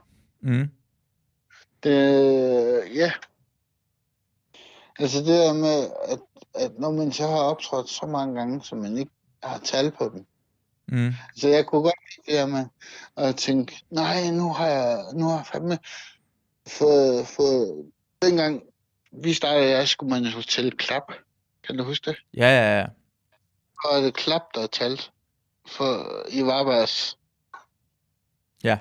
Altså det der med, at når man så har optrådt så mange gange, så man ikke har tal på dem. Så jeg kunne godt lide det der med at tænke, nej, nu har jeg fandme fået dengang vi startede, skulle man jo tælle klap. Kan du huske det? Ja. Og det klap, der er talt for i Varbergs. Ja.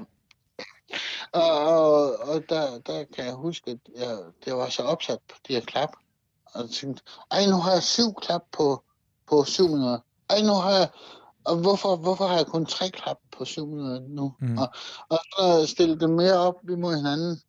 Og der kan jeg huske, at det var så opsat på de her klap. Og jeg tænkte, nu har jeg 7 klap på 7 minutter. Nu har jeg, og hvorfor har jeg kun 3 klap på 7 minutter nu? Og så stille det mere op imod hinanden.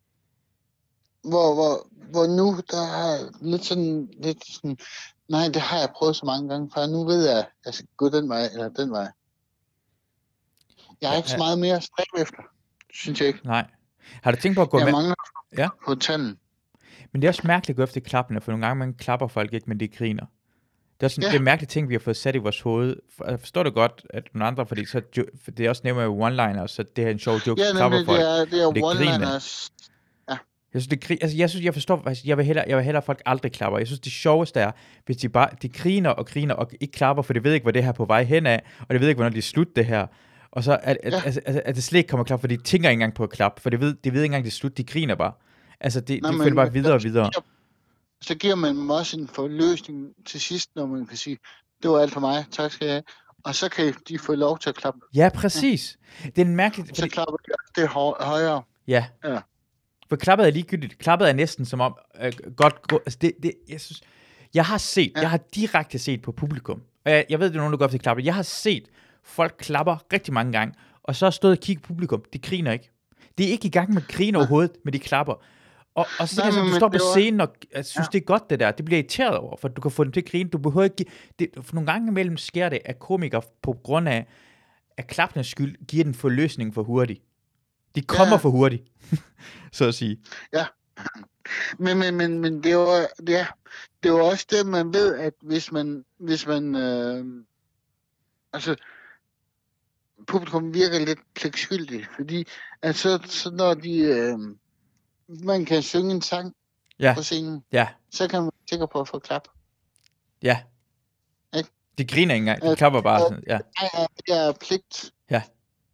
Hvor nu, der er lidt sådan, nej, det har jeg prøvet så mange gange før. Nu ved jeg, at jeg skal gå den vej eller den vej. Jeg har ikke så meget mere at stræbe efter, synes jeg ikke. Nej. Har du tænkt på at gå med? Jeg mangler på tanden. Men det er også mærkeligt at gå efter klappene, for nogle gange man klapper folk ikke, men de griner. Det er sådan det er mærkelige ting, vi har fået sat i vores hoved. Jeg forstår det godt, at nogle andre, fordi så, for det er også nemmere med one-liners, så det er en sjov joke, klapper folk. Det er one-liners. Jeg synes, jeg forstår, jeg vil hellere, at folk aldrig klapper. Jeg synes, det sjoveste er, hvis de griner og ikke klapper, for de ved ikke, hvor det her er på vej hen af, og de ved ikke, hvornår de slutter det her. Og så at det slet ikke kommer klap, for de tænker ikke engang på at klappe, for de ved ikke engang, det er slut, de griner bare. Altså, de følger bare videre og videre. Så giver man dem også en forløsning til sidst, når man kan sige, det var alt for mig, tak skal jeg have. Og så kan de få lov til at klappe. Ja, præcis. Det er en mærkelig... Så klapper de også det højere. Ja. Ja. For klappet er ligegyldigt. Klappet er næsten som om... godt gå... Altså jeg synes... Jeg har direkte set på publikum. Og jeg ved, det er nogen, der går op til klappet. Jeg har set folk klapper rigtig mange gange, og så har stået og kigget på publikum. De griner ikke. De er ikke i gang med at grine overhovedet, men de klapper. Og så er det du står på scenen og synes, det er godt det der. Det bliver irriteret over, for du kan få dem til at grine. Du behøver ikke... For nogle gange imellem sker det, at komikere på grund af klappenes skyld giver den forløsning for hurtigt. De kommer for hurtigt, så at sige. Ja. Men det var, det var også det, man ved, at hvis man altså, publikum virker lidt pligtskyldigt, fordi at så når de, man kan synge en sang på scenen, så kan man være sikker på at få klap. Ja. Ikke? De griner ikke engang, de klapper bare sådan, Det er pligt. Ja.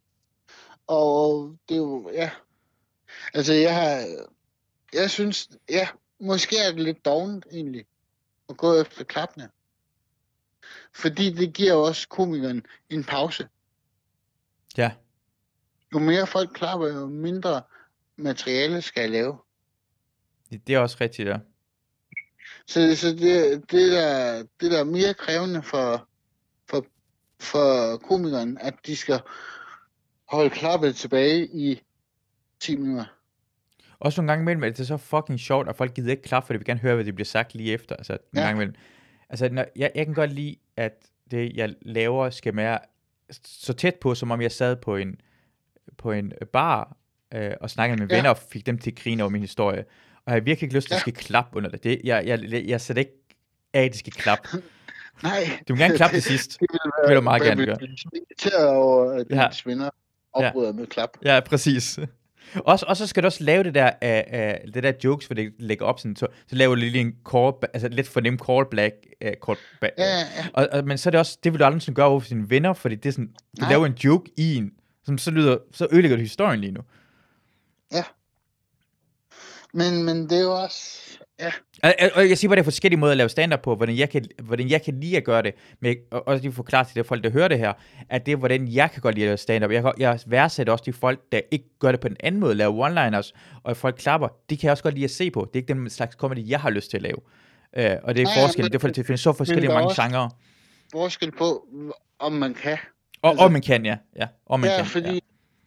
Og det er jo, altså jeg synes, måske er det lidt dovent egentlig, at gå efter klappene. Fordi det giver også komikeren en pause. Ja. Jo mere folk klapper, jo mindre materiale skal jeg lave. Det er også rigtigt, ja. Så det der er mere krævende for komikeren, at de skal holde klappet tilbage i 10 minutter. Også nogle gange imellem, at det er så fucking sjovt, at folk gider ikke klappe, for de vil gerne høre, hvad det bliver sagt lige efter. Altså, nogle gange imellem. Altså, jeg kan godt lide, at det, jeg laver, skal være så tæt på, som om jeg sad på en bar og snakkede med mine venner og fik dem til at grine over min historie. Og jeg har virkelig ikke lyst til, at de skal klappe under det. Jeg sætter ikke af, at de skal klappe. Nej. Du må gerne klappe til sidst. Det vil du meget gerne gøre. Jeg er over, at dine svinder opbryder med klap. Ja, præcis. Og så skal du også lave det der jokes, hvor det lægger op sådan, så laver du lige en call, altså lidt for nem callback. Men så er det også, det vil du aldrig sådan gøre over for dine venner, fordi det er sådan, du laver en joke i en, som så ødelægger du historien lige nu. Ja. Men det er jo også, Og jeg siger bare, det er forskellige måder at lave stand-up på, hvordan jeg kan lide at gøre det, men også lige forklare til de folk, der hører det her, at det er, hvordan jeg kan godt lide at lave stand-up. Jeg værdsætter også de folk, der ikke gør det på en anden måde, laver one-liners, og folk klapper, det kan jeg også godt lide at se på. Det er ikke den slags comedy, jeg har lyst til at lave. Og det er forskellen, det er fordi, det findes så forskellige mange genrer. Forskel på, om man kan. Om man kan, ja. Om man kan, fordi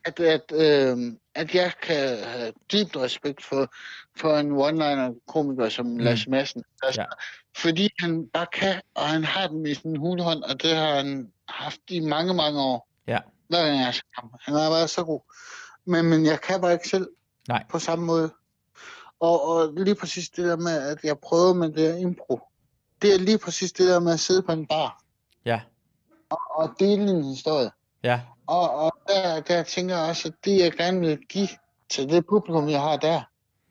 at jeg kan have dybt respekt for en one-liner-komiker som Lasse Madsen. Altså, fordi han bare kan, og han har den i sin hulehånd, og det har han haft i mange, mange år. Ja. Hver gang jeg skal ham. Han har været så god. Men jeg kan bare ikke selv på samme måde. Og lige præcis det der med, at jeg prøver med det her impro, det er lige præcis det der med at sidde på en bar. Ja. Og dele en historie. Ja. Og der tænker jeg også, at det jeg gerne vil give til det publikum, jeg har der,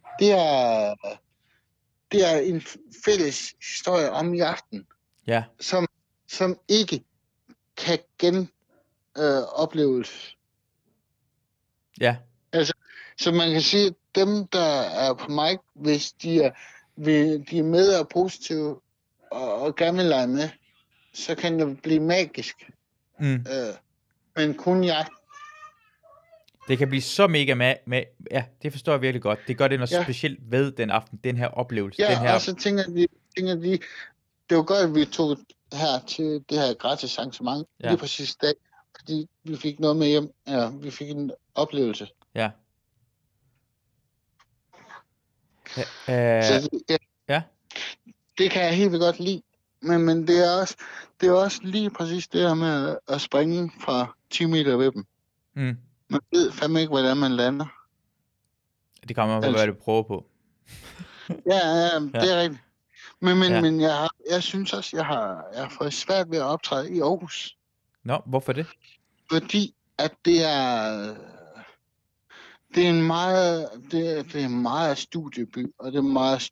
det er en fælles historie om i aften, som ikke kan opleves. Ja. Altså, så man kan sige, at dem, der er på mig, hvis de er med og positive og gerne vil lege med, så kan det blive magisk. Men kun jeg. Det kan blive så mega med, ja, det forstår jeg virkelig godt. Det gør det noget specielt ved den aften, den her oplevelse. Ja, den her... og så tænker de, det var godt, at vi tog her til det her gratis arrangement, lige præcis dag, fordi vi fik noget med hjem, vi fik en oplevelse. Ja. Det kan jeg helt vildt godt lide. Men det er også lige præcis det her med at springe fra 10 meter ved dem. Man ved fandme ikke, hvordan man lander. Det kommer på, hvad du prøver på. ja, det er rigtigt. Men jeg synes også, jeg har fået svært ved at optræde i Aarhus. Nå, hvorfor det? Fordi at det er en meget studieby, og det er meget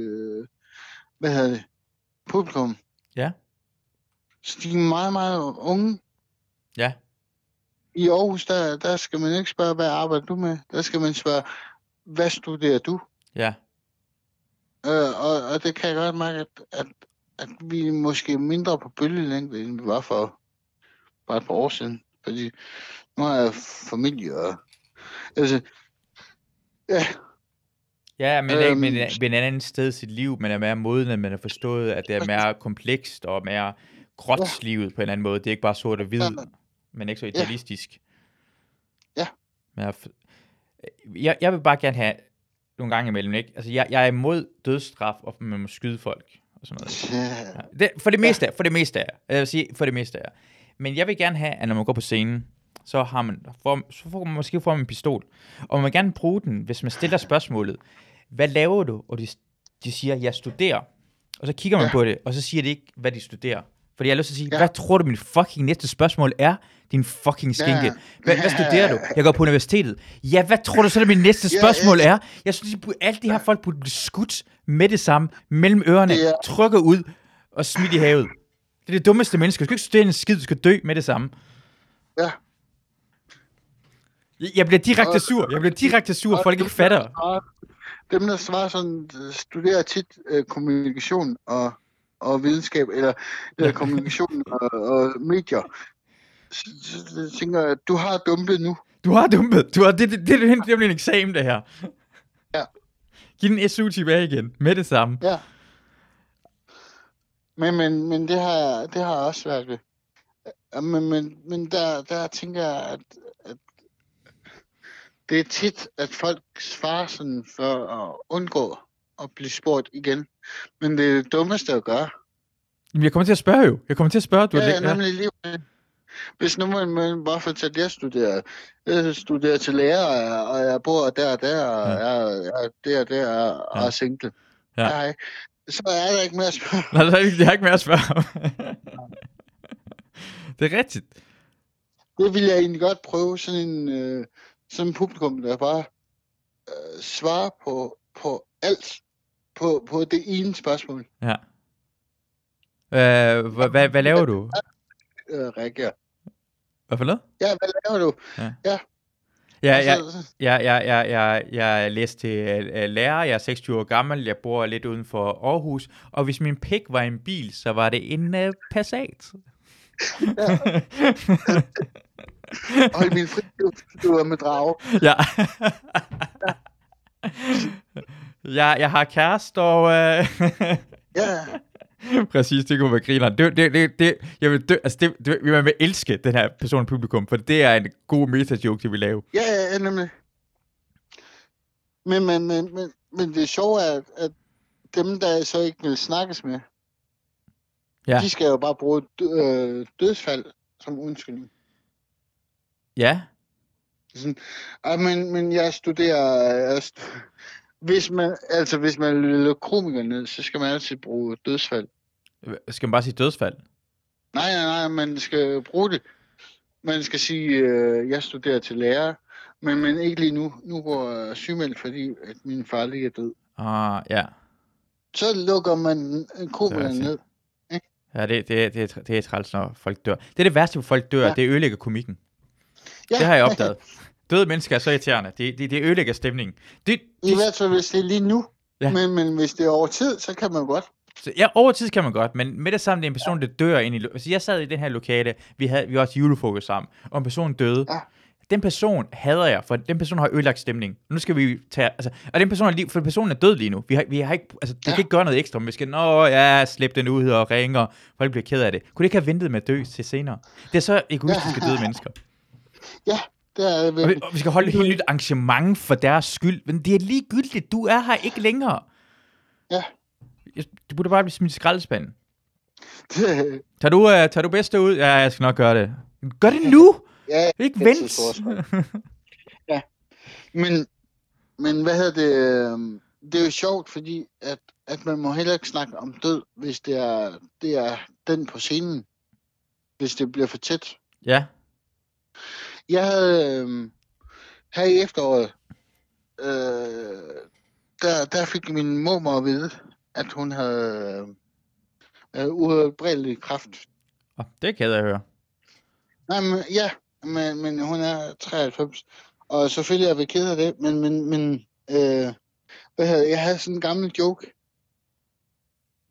publikum. Ja. Så de er meget, meget unge. Ja. I Aarhus, der skal man ikke spørge, hvad arbejder du med? Der skal man spørge, hvad studerer du? Ja. Og det kan jeg godt mærke, at vi er måske mindre på bølgelængde, end vi var for bare et par år siden. Fordi nu har jeg familie og... Altså, ja, Ja, men ikke med en anden sted i sit liv, man er mere moden, at man har forstået, at det er mere komplekst og mere gråt livet på en anden måde. Det er ikke bare sort og hvid, men ikke så idealistisk. Ja. Men jeg vil bare gerne have nogle gange imellem, ikke? Altså, jeg er imod dødsstraf, og man må skyde folk og sådan noget. Ja. For det meste er. Jeg vil sige, for det meste er. Men jeg vil gerne have, at når man går på scenen, så får man måske en pistol, og man vil gerne bruge den, hvis man stiller spørgsmålet, hvad laver du? Og de siger, jeg studerer. Og så kigger man på det, og så siger de ikke, hvad de studerer. Fordi jeg har lyst til at sige, hvad tror du, min fucking næste spørgsmål er? Din fucking skinke. Hvad studerer du? Jeg går på universitetet. Ja, hvad tror du så, at min næste spørgsmål er? Jeg synes, alle de her folk burde blive skudt med det samme, mellem ørerne, trykket ud og smidt i havet. Det er det dummeste menneske. Du skal ikke studere en skid, du skal dø med det samme. Ja. Jeg bliver direkte sur, folk ikke fatter. Dem, der svarer sådan, studerer tit kommunikation og videnskab, eller kommunikation og medier. Så tænker jeg, du har dumpet nu. Det er en eksamen, det her. Ja. Giv den SU tilbage igen, med det samme. Ja. Men det har jeg også svært ved. Men der tænker jeg, at det er tit, at folk svarer sådan for at undgå at blive spurgt igen. Men det er det dummeste at gøre. Jeg kommer til at spørge jo. Du nemlig lige. Hvis nu man bare fortæller, at jeg studerer til lærer, og jeg bor der og der, og jeg er der og er single. Ja. Så er der ikke mere at spørge. Nej, jeg har ikke mere at spørge. Det er rigtigt. Det vil jeg egentlig godt prøve, sådan en publikum, der bare svarer på alt, på det ene spørgsmål. Ja. Hvad laver du? Reagerer. Hvad for noget? Ja, hvad laver du? Jeg læste til lærer, jeg er 26 år gammel, jeg bor lidt uden for Aarhus, og hvis min pik var en bil, så var det en Passat. Ja. Hold min fri, du er med drage. Ja. Jeg har kæreste, og... Ja. Præcis, det kunne være grineren. Jeg vil dø, altså man vil elske den her person publikum, for det er en god meta-joke, det vi lave. Ja, nemlig. Men det sjove er, at dem, der så ikke vil snakkes med, de skal jo bare bruge dødsfald som undskyldning. Ja. Sådan, men jeg studerer... Hvis man løber komiker ned, så skal man altid bruge dødsfald. Skal man bare sige dødsfald? Nej, man skal bruge det. Man skal sige, jeg studerer til lærer, men ikke lige nu. Nu går jeg sygemeldt, fordi at min far lige er død. Ja. Så lukker man komiker ned. Ja, det er træls, når folk dør. Det er det værste, hvor folk dør, det ødelægger komikken. Ja. Det har jeg opdaget. Døde mennesker er så irriterende. Det ødelægger stemningen. I hvert fald, hvis det er lige nu. Ja. Men hvis det er over tid, så kan man godt. Ja, over tid kan man godt, men med det samme, det er en person, der dør ind i... Altså, jeg sad i den her lokale, vi var også julefrokost sammen, og en person døde. Ja. Den person hader jeg, for den person har ødelagt stemning. Nu skal vi tage... Altså, og den person for personen er død lige nu. Vi har ikke... Altså, det kan ikke gøre noget ekstra. Vi skal... slæb den ud og ringe, og folk bliver ked af det. Kunne det ikke have ventet med at dø til senere? Det er så egoistiske døde mennesker. Ja. Og vi skal holde et helt nyt arrangement for deres skyld. Men det er ligegyldigt. Du er her ikke længere. Ja. Du burde bare blive smidt i skraldespanden. Tager du bedste ud? Ja, jeg skal nok gøre det. Gør det nu! Ja, ikke vent. Ja. Men hvad hedder det? Det er jo sjovt, fordi at man må heller ikke snakke om død, hvis det er den på scenen. Hvis det bliver for tæt. Ja. Jeg havde her i efteråret, der fik min mormor at vide, at hun havde uhelbredelig kræft. Det kan jeg høre. Nej, men hun er 93, og selvfølgelig er vi ked af det, men jeg havde sådan en gammel joke,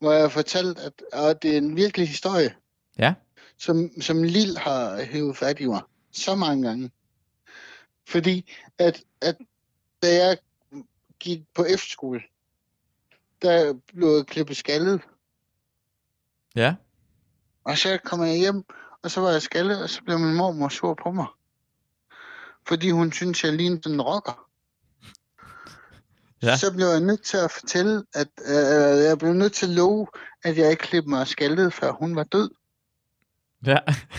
hvor jeg fortalte, at det er en virkelig historie, Ja, som Lil har hævet fat i mig så mange gange. Fordi at da jeg gik på efterskole, der blev jeg klippet skaldet. ja, Og så kom jeg hjem, og så var jeg skaldet, og så blev min mormor sur på mig. Fordi hun syntes, jeg lignede en rocker. ja, Så blev jeg nødt til at fortælle, at jeg blev nødt til at love, at jeg ikke klippede mig skaldet, før hun var død. ja,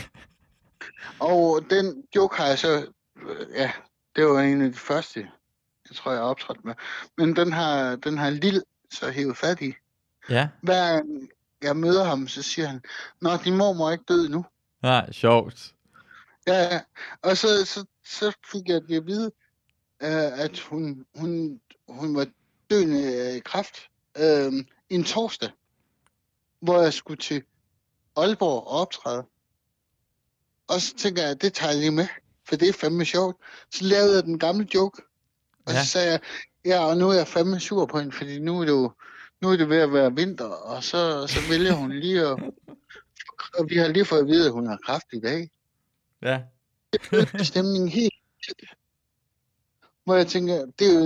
Og den joke har jeg så, ja, det var en af de første, jeg tror, jeg har optrådt med. Men den har Lille så hævet fat i. ja, Hver gang jeg møder ham, så siger han, nå, din mormor er ikke død nu. ja, sjovt. Ja, og så fik jeg det at vide, at hun var døende af kræft en torsdag, hvor jeg skulle til Aalborg og optræde. Og så tænker jeg, det tager jeg lige med, for det er fandme sjovt. Så lavede jeg den gamle joke, og Ja. så sagde jeg, ja, og nu er jeg fandme sur på hende, fordi nu er det ved at være vinter, og så vælger hun lige at... Og vi har lige fået at vide, at hun har kræft i dag. Ja. Stemningen helt... Hvor jeg tænker,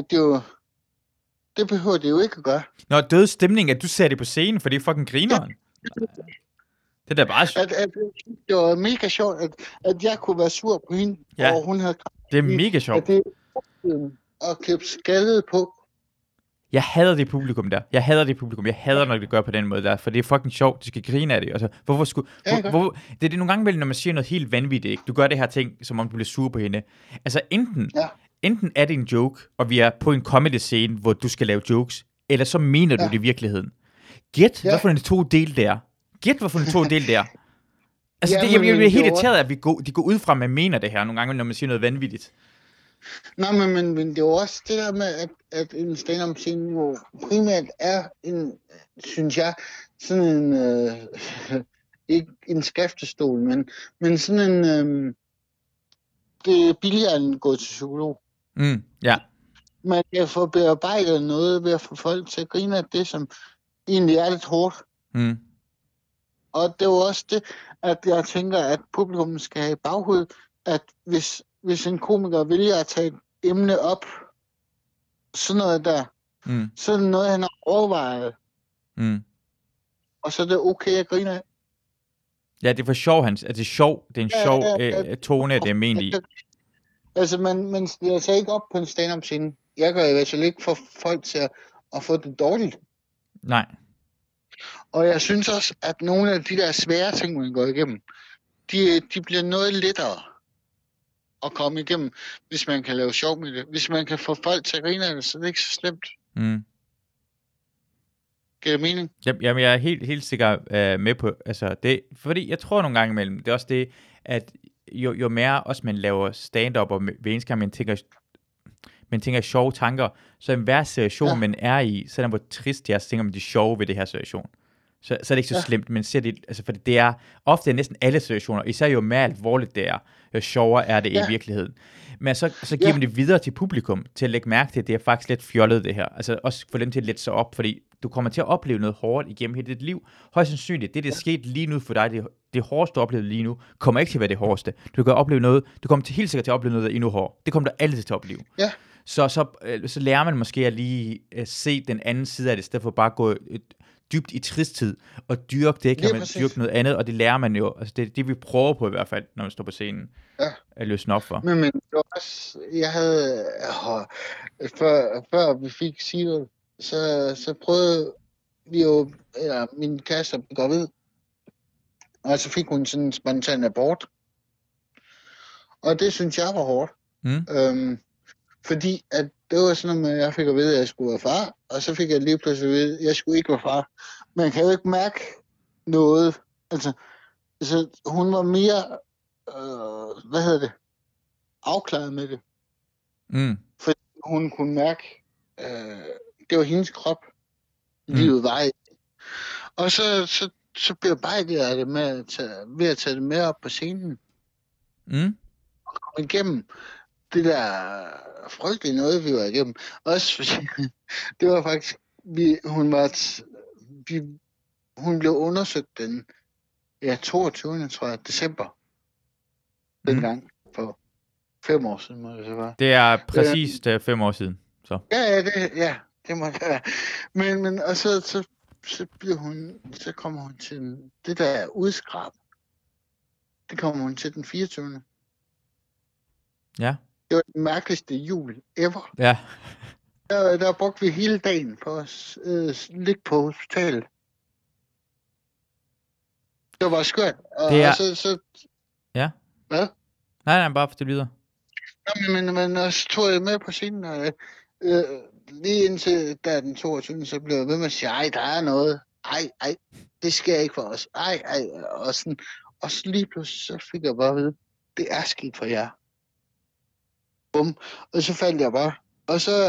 det behøver det jo ikke at gøre. Nå, død stemning, at du ser det på scenen, for det er fucking grineren. Det er da bare... At det var mega sjovt, at jeg kunne være sur på hende, Ja, og hun havde det er mega sjovt. at det at klippe skaldet på. Jeg hader det publikum der. Jeg hader, når det gør på den måde der, for det er fucking sjovt. De skal grine af det. Altså, hvorfor skulle... Det er nogle gange vel, når man siger noget helt vanvittigt, ikke? Du gør det her ting, som om du bliver sur på hende. Altså, enten er det en joke, og vi er på en comedy-scene, hvor du skal lave jokes, eller så mener du det i virkeligheden. Gæt, hvad for en to del der? Altså, Ja, jeg bliver helt irriteret, at de går ud fra, at man mener det her nogle gange, når man siger noget vanvittigt. Nej, men det er jo også det der med, at en stand-up scene jo primært er en, synes jeg, sådan en, ikke en skriftestol, men sådan en, det er billigere end at gå til psykolog. Ja. Man kan få bearbejdet noget ved at få folk til at grine af det, som egentlig er lidt hårdt. Og det er jo også det, at jeg tænker, at publikum skal have i baghovedet, at hvis en komiker vælger at tage et emne op, sådan noget der, så er det noget, han har overvejet. Og så er det okay at grine af. Ja, det er for sjov, det er sjov. Det er en sjov tone, det er ment i. Altså, man stiller sig ikke op på en stand-up scene. Jeg gør i hvert fald ikke for folk til at få det dårligt. Nej. Og jeg synes også, at nogle af de der svære ting, man går igennem, de bliver noget lettere at komme igennem, hvis man kan lave sjov med det. Hvis man kan få folk til at grine af det, så er det ikke så slemt. Giver det mening? Jamen, jeg er helt sikkert med på, altså det, fordi jeg tror nogle gange imellem, det er også det, at jo mere også man laver stand-up, og ved eneste gang man tænker sjove tanker, så en hver situation, man er i, så er det, hvor trist jeg tænker om de sjove ved det her situation. Så er det ikke så slemt, men ser det, altså, for det er ofte næsten alle situationer, især jo mere alvorligt det er, jo sjovere er det i virkeligheden. Men så giver man det videre til publikum, til at lægge mærke til, at det er faktisk lidt fjollet det her. Altså også for dem til at lette sig op, fordi du kommer til at opleve noget hårdt igennem hele dit liv. Højst sandsynligt, det er sket lige nu for dig, det hårdeste du oplevet lige nu, kommer ikke til at være det hårdeste. Du kommer til helt sikkert til at opleve noget, der er endnu hårdere. Det kommer du altid til at opleve. Ja. Så lærer man måske at lige se den anden side af det, i stedet for bare at gå dybt i tristhed, og dyrke det, kan man dyrke noget andet, og det lærer man jo. Altså det vi prøver på i hvert fald, når man står på scenen, at løsne op for. Men det var også, jeg havde, før vi fik Sigurd, så prøvede vi jo, eller min kæreste blev gravid, og så fik hun sådan en spontan abort. Og det synes jeg var hårdt. Fordi at det var sådan noget, at jeg fik at vide, at jeg skulle være far, og så fik jeg lige pludselig at vide, at jeg skulle ikke være far. Man kan jo ikke mærke noget. Altså hun var mere, afklaret med det. Fordi hun kunne mærke, det var hendes krop, livet var i. Og så bearbejdede jeg det ved at tage det med op på scenen. Og komme igennem det der frygtelige noget, vi var igennem. Også fordi, det var faktisk, hun blev undersøgt den 22. tror jeg, december. Dengang for 5 år siden, må det så være. Det er præcist 5 år siden. Så. Det må det være. Men og så kommer hun til det der udskrab. Det kommer hun til den 24. Ja. Det var den mærkeligste jul ever. Ja. Der brugte vi hele dagen på at ligge på hospitalet. Det var skørt. Det er... Og så... Ja. Hvad? Nej, bare for det videre. Men så tog jeg med på scenen, og lige indtil der den 22. så blev jeg ved med at sige, ej, der er noget. Ej, det sker ikke for os. Ej, og så lige pludselig så fik jeg bare at vide, det er sket for jer. Bum. Og så faldt jeg bare. Og så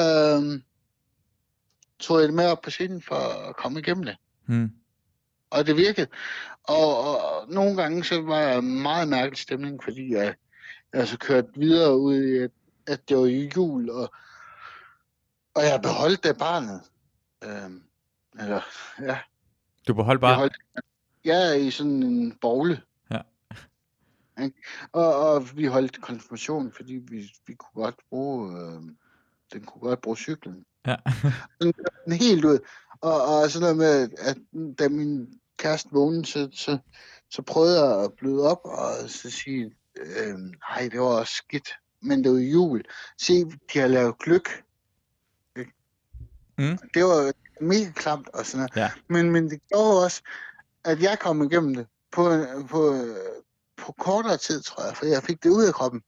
tog jeg det med op på scenen for at komme igennem det. Og det virkede. Og nogle gange så var jeg meget mærkelig stemning, fordi jeg så kørte videre ud i, at det var jul, og jeg beholdt det barnet. Ja. Du beholdt barnet? Jeg er i sådan en bogle. Ja. Og vi holdt konfirmation, fordi vi kunne godt bruge, den kunne godt bruge cyklen. Ja. Den helt ud. Og sådan noget med, at da min kæreste vågnede, så prøvede jeg at bløde op og så sige, nej, det var også skidt, men det var jul. Se, de har lavet gløgg. Det var mega klamt og sådan noget. Ja. Men det gjorde også, at jeg kom igennem det på kortere tid, tror jeg, for jeg fik det ud af kroppen.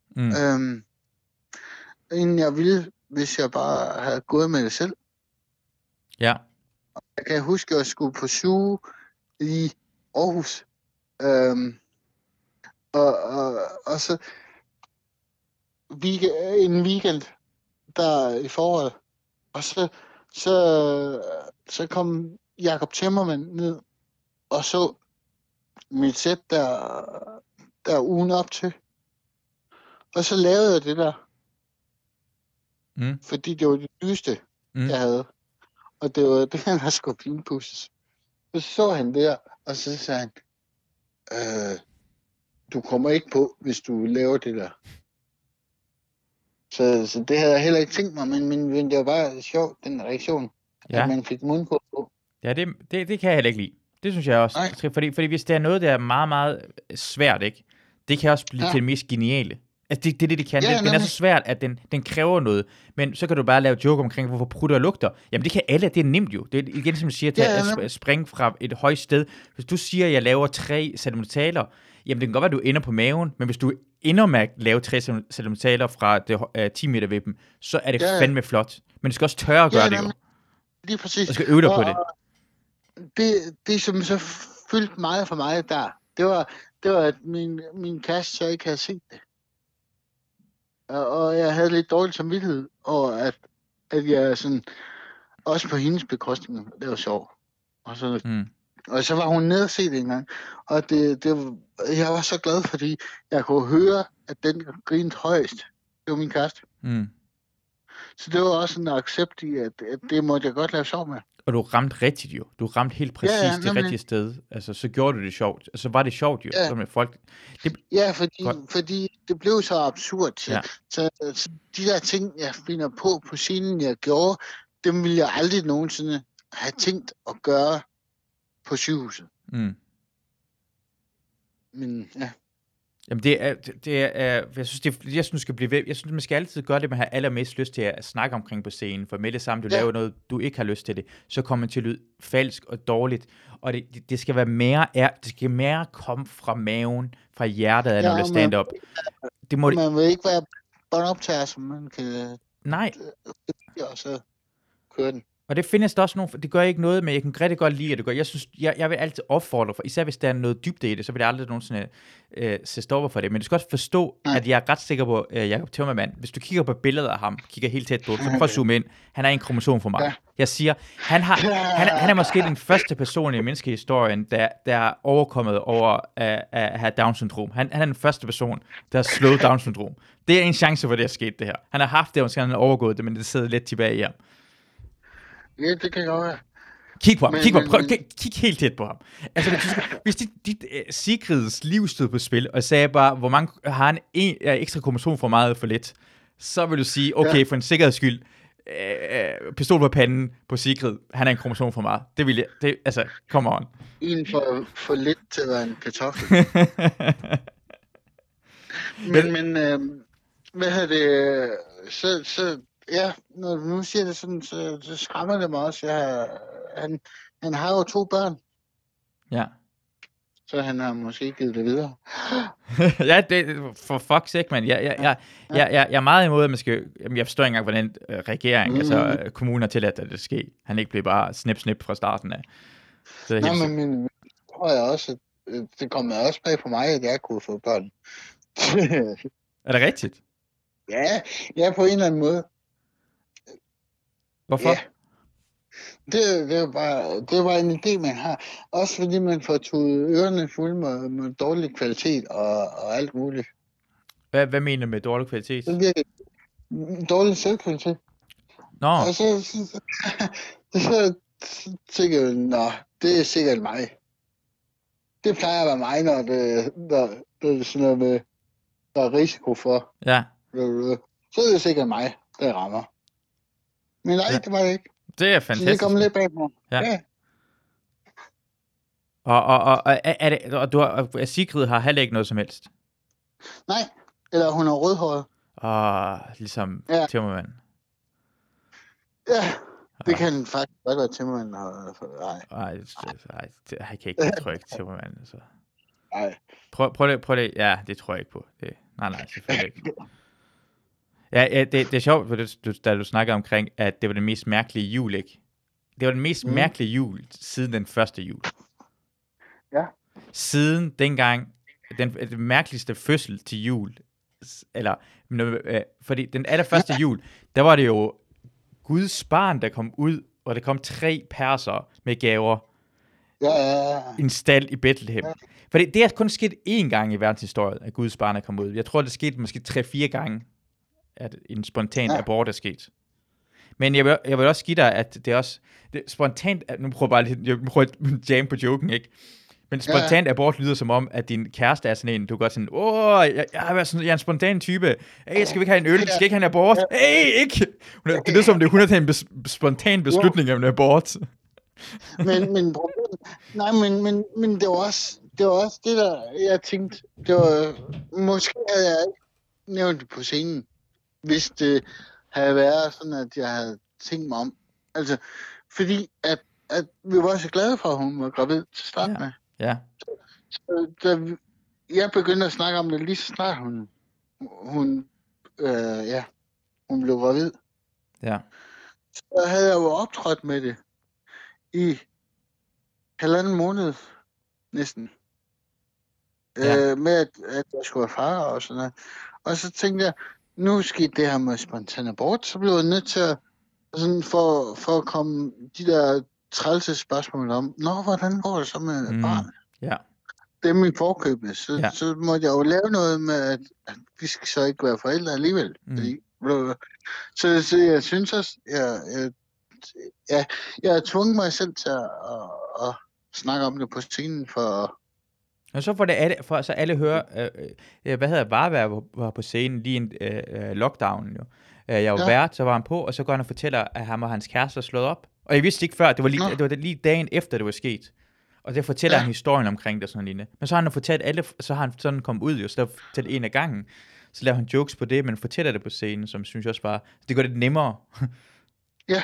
Inden jeg ville, hvis jeg bare havde gået med det selv. Ja. Jeg kan huske, at jeg skulle på suge i Aarhus. Og så en weekend der i foråret. Og så kom Jakob Timmermann ned og så mit sæt der ugen op til. Og så lavede jeg det der. Fordi det var det nyeste, jeg havde. Og det var det, der skulle finpudses. Så han der, og så sagde han, du kommer ikke på, hvis du laver det der. Så det havde jeg heller ikke tænkt mig, men det var bare sjovt, den reaktion, at man fik mundkurv på. Ja, det kan jeg heller ikke lide. Det synes jeg også. Fordi hvis det er noget, der er meget, meget svært, ikke? Det kan også blive til det mest geniale. Altså det er det kan. Ja, den er så svært, at den kræver noget. Men så kan du bare lave joke omkring, hvorfor prutter og lugter. Jamen det kan alle, det er nemt jo. Det er igen, som du siger, at springe fra et højt sted. Hvis du siger, at jeg laver 3 salometaler, jamen det kan godt være, at du ender på maven, men hvis du ender med at lave 3 salometaler fra det 10 meter ved dem, så er det fandme flot. Men du skal også tørre at gøre det jo. Lige præcis. Du skal øve dig på det. Det som så fyldte meget for mig der, det var at min kæreste så ikke havde set det. Og jeg havde lidt dårlig samvittighed over, at jeg sådan, også på hendes bekostning, det var sjovt. Og så var hun nede og se det en gang. Og jeg var så glad, fordi jeg kunne høre, at den grinede højst. Det var min kæreste. Så det var også en accept i, at det måtte jeg godt lave sjov med. Og du ramte rigtigt jo. Du ramte helt præcis det rigtige sted. Altså, så gjorde du det sjovt. Altså, var det sjovt jo. Ja, med folk. Fordi det blev så absurd. Ja. Så de der ting, jeg finder på scenen, jeg gjorde, dem ville jeg aldrig nogensinde have tænkt at gøre på sygehuset. Men ja. Jamen det er jeg synes, skal blive ved. Jeg synes, man skal altid gøre det, man har allermest lyst til at snakke omkring på scenen. For med det samme, du laver noget, du ikke har lyst til det, så kommer det til at lyde falsk og dårligt. Og det skal være mere, det skal mere komme fra maven, fra hjertet, af når det stand-up. Man vil ikke være båndoptager, som man kan... Nej. Og så køre den. Og det findes der også nogle, det gør ikke noget, men jeg kan rigtig godt lide, at det gør. Jeg synes, jeg vil altid opfordre, for især hvis der er noget dybde i det, så vil jeg aldrig nogensinde se stopper for det. Men du skal også forstå, at jeg er ret sikker på, Jakob Timmermann, hvis du kigger på billeder af ham, kigger helt tæt på, så prøv at zoome ind. Han er en kromosom for mig. Ja. Jeg siger, han er måske den første person i menneskehistorien, der er overkommet over at have Down-syndrom. Han er den første person, der har slået Down-syndrom. Det er en chance for, det er sket det her. Han har haft det, og måske han har overgået det, men det sidder lidt tilbage i ham. Ja, det kan godt være. Kig på ham, Men- kig på ham, men- prøv, men- kig helt tæt på ham. Altså, hvis dit Sigrids liv stod på spil, og sagde bare, hvor mange har han en ekstra kromosom for meget for lidt, så vil du sige, okay, Ja. for en sikkerheds skyld, pistol på panden på Sigrid, han er en kromosom for meget. Det vil jeg, altså, come on. En for lidt til at være en kartoffel. Men hvad hedder det, så ja, når du nu siger det sådan, så skræmmer det mig også. Han har jo 2 børn, Ja. så han har måske givet det videre. Ja, det for fuck's sake, man. Jeg er meget imod, at man skal... Jamen, jeg forstår ikke engang, hvordan regering, altså kommuner tillader det ske. Han ikke bliver bare snip fra starten af. Så det er Nej, helt men tror jeg også, at det kommer også bag på mig, at jeg kunne få børn. Er det rigtigt? Ja, på en eller anden måde. Hvorfor? Ja. Det er bare en idé, man har. Også fordi man får tudet ørerne fulde med dårlig kvalitet og alt muligt. Hvad mener du med dårlig kvalitet? Det virker dårlig selvkvalitet. Nå, Og så tænker jeg, nå, det er sikkert mig. Det plejer at være mig, når det er sådan noget med, der er risiko for. ja. Så er det sikkert mig, der rammer. Men nej, Ja. det var det ikke. Det er Så det fantastisk. kom lidt bag på mig. Ja. Og er det, og du har, Sigrid har heller ikke noget som helst. Nej, eller hun er rødhåret. Og ligesom Ja. Timmermand. Ja, det kan faktisk godt være Timmermand. Nej. Jeg kan ikke trykke Timmermand. Altså. Nej. Prøv det. Ja, det tror jeg ikke på. Nej, selvfølgelig ikke. Ja, det er sjovt, for da du snakker omkring, at det var den mest mærkelige jul, ikke? Det var den mest mærkelige jul siden den første jul. Ja. Siden dengang, den mærkeligste fødsel til jul, eller, fordi den allerførste jul, der var det jo Guds barn, der kom ud, og der kom 3 perser med gaver. Ja. En stald i Bethlehem. For det er kun sket 1 gang i verdenshistorien, at Guds barn er kommet ud. Jeg tror, det skete måske 3-4 gange, at en spontan abort er sket. Men jeg vil også give dig, at det er også... spontant... Nu prøver at jam på joken, ikke? Men spontant abort lyder som om, at din kæreste er sådan en, du går sådan, jeg er en spontan type. Hey, skal vi ikke have en øl? Skal ikke have en abort? Hey, ikke! Det lyder som, det er 100% en spontan beslutning af en abort. Men problemet... Nej, men det var også det, der jeg tænkte. Det var... Måske havde jeg ikke nævnt det på scenen, hvis det havde været sådan, at jeg havde tænkt mig om. Altså, fordi at vi var så glade for, at hun var gravid til start med. Ja. Så da jeg begyndte at snakke om det lige så snart hun blev gravid. Ja. Så havde jeg jo optrådt med det i 1,5 måned næsten. Med at jeg skulle være far og sådan noget. Og så tænkte jeg, nu skete det her med spontan abort, så blev jeg nødt til at sådan for at komme de der trælse spørgsmål om, hvordan går det så med barnet? Ja. Dem i forkøbet, så måtte jeg jo lave noget med, at vi skal så ikke være forældre alligevel. Fordi, så jeg synes også, jeg har tvunget mig selv til at snakke om det på scenen for... Og så får det alle høre, Varberg var på scenen lige en lockdown jo. Jeg var vært, så var han på, og så går han og fortæller, at ham og hans kæreste er slået op. Og jeg vidste ikke før, det var lige dagen efter, det var sket. Og det fortæller han historien omkring det sådan lignende. Men så har han fortalt alle, så har han sådan kommet ud jo, så fortæller en af gangen. Så laver han jokes på det, men fortæller det på scenen, som synes jeg også bare, det gør det nemmere. Ja.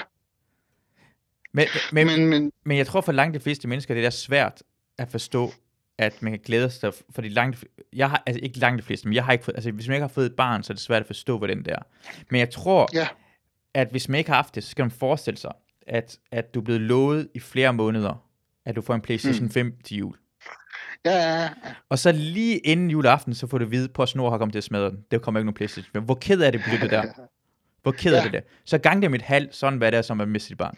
Men jeg tror for langt de fleste mennesker, det er svært at forstå, at man kan glæde sig, fordi jeg har, altså ikke langt de fleste, men jeg har ikke, altså hvis man ikke har fået et barn, så er det svært at forstå, hvordan det er. Men jeg tror, at hvis man ikke har haft det, så skal man forestille sig, at du er blevet lovet i flere måneder, at du får en PlayStation 5 til jul. Ja. Og så lige inden juleaften, så får du at vide, på snor har kommet til at smadre den. Det kommer ikke nogen PlayStation 5. Hvor ked er det blevet det der? Hvor ked er det der? Så gang det med et halvt, sådan hvad det er, som at miste dit barn.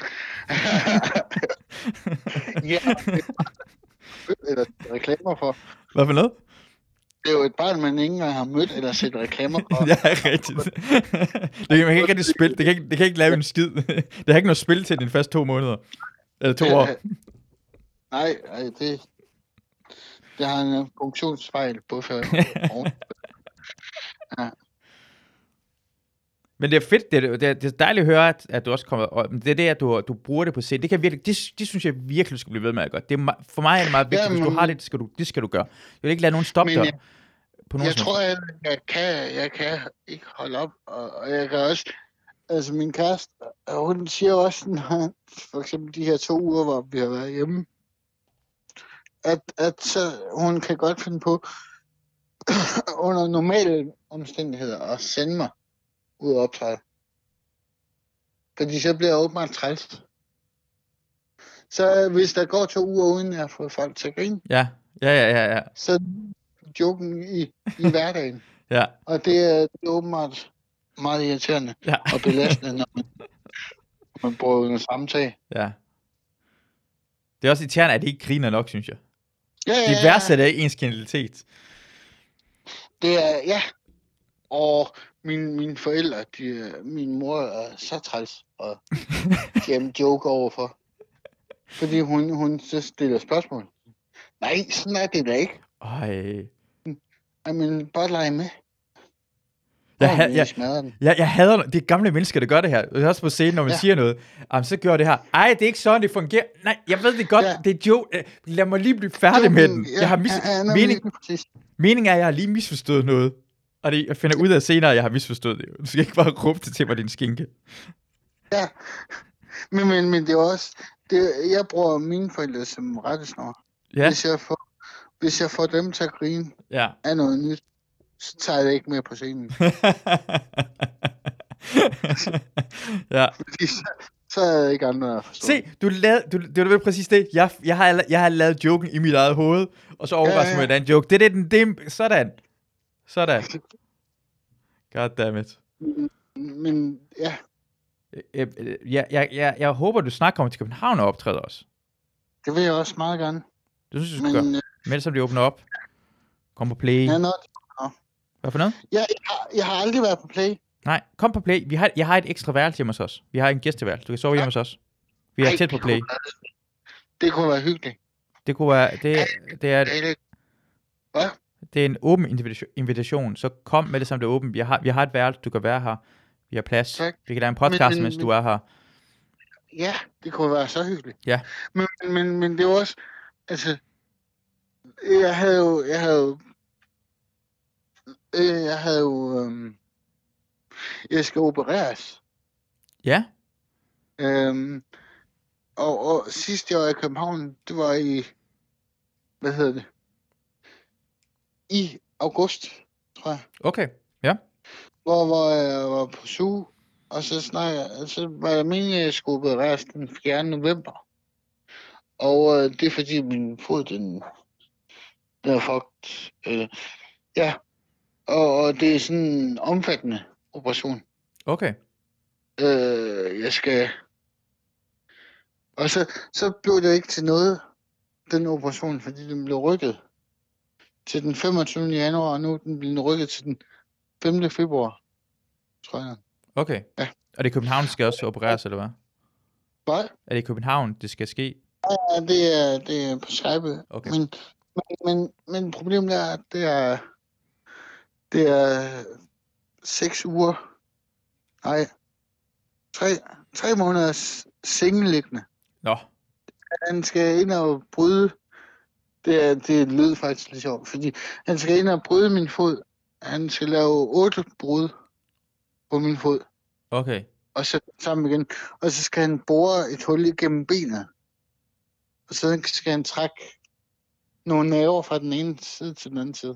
Ja. Eller reklamer for. Hvad for noget? Det er jo et barn, man ikke engang har mødt eller set reklamer for. Ja, rigtigt. Man kan ikke rigtig spille. Det kan ikke lave en skid. Det har ikke noget spil til de første 2 måneder. Eller 2 år. Nej, det har en funktionsfejl på for ja. Men det er fedt, det er dejligt at høre, at du også kommer, og det er det, at du bruger det på scenen. Det kan virkelig, det synes jeg virkelig, du skal blive ved med at gøre. For mig er det meget vigtigt, hvis du har det, det skal du gøre. Jeg vil ikke lade nogen stoppe dig på nogen jeg tror, at jeg kan ikke holde op, og jeg kan også, altså min kæreste, hun siger også, når, for eksempel de her 2 uger, hvor vi har været hjemme, at så hun kan godt finde på, under normale omstændigheder, at sende mig ud og optræde. Fordi så bliver jeg åbenbart træls. Så hvis der går 2 uger, uden jeg har fået folk til at grine, så joken i hverdagen. Ja. Og det er åbenbart meget irriterende og belastende, når man bruger en samtale. Ja. Det er også irriterende, at det ikke griner nok, synes jeg. Ja. Det værste er ens genialitet. Det er, og mine forældre, min mor er så træls og gemme joke overfor. Fordi hun så stiller spørgsmål. Nej, sådan er det da ikke. Jamen, bare lege med. Jeg hader det gamle mennesker, der gør det her. Det er også på scenen, når man siger noget. Så gør det her. Ej, det er ikke sådan, det fungerer. Nej, jeg ved det godt. Det er joke. Lad mig lige blive færdig med den. Jeg har meningen er, at jeg har lige misforstået noget. Og jeg finder ud af senere, at jeg har misforstået det. Du skal ikke bare råbe det til mig, din skinke. Ja, men det er også... jeg bruger mine forældre som rettesnor. Ja. Hvis jeg får dem til at grine af noget nyt, så tager jeg det ikke mere på scenen. Ja. Så er jeg ikke andre at forstå. Se, du ved præcis det. Jeg har lavet joken i mit eget hoved, og så overrasker mig den joke. Det er sådan. Goddammit. Men ja. Jeg håber, du snart kommer til København og optræder også. Det vil jeg også meget gerne. Det synes jeg, du skal gøre. Meld som de åbner op. Kom på Play. Ja, hvad for noget? Jeg har aldrig været på Play. Nej, kom på Play. Jeg har et ekstra værelse hjemme hos os. Vi har en gæsteværelse. Du kan sove hjemme hos os. Vi er tæt på Play. Det kunne være hyggeligt. Det kunne være... Det er en åben invitation. Så kom med det, som det er åbent. Vi har et værelse, du kan være her. Vi har plads. Tak. Vi kan lave en podcast, mens du er her. Ja, det kunne være så hyggeligt. Ja. Men det var også... Altså... Jeg skal opereres. Ja. Og sidste år i København, det var i... I august, tror jeg. Okay, ja. Hvor jeg var på SU, og så var jeg meningen, at jeg skulle opereres den 4. november. Og det er fordi min fod, den er fucked. Ja, og det er sådan en omfattende operation. Okay. Jeg skal... Og så blev det ikke til noget, den operation, fordi den blev rykket til den 25. januar, og nu er den blevet rykket til den 5. februar, tror jeg. Okay. Ja. Og det er København, skal også opereres, eller hvad? Hvad? Er det i København, det skal ske? Ja, det er på Skype. Okay. Men problemet er, at det er 6 uger. Nej. 3 måneders sengeliggende. Nå. Han skal ind og bryde. Det lyder faktisk lidt sjovt, fordi han skal ind og bryde min fod. Han skal lave 8 brud på min fod. Okay. Og så sammen igen. Og så skal han bore et hul igennem benet. Og så skal han trække nogle nerver fra den ene side til den anden side.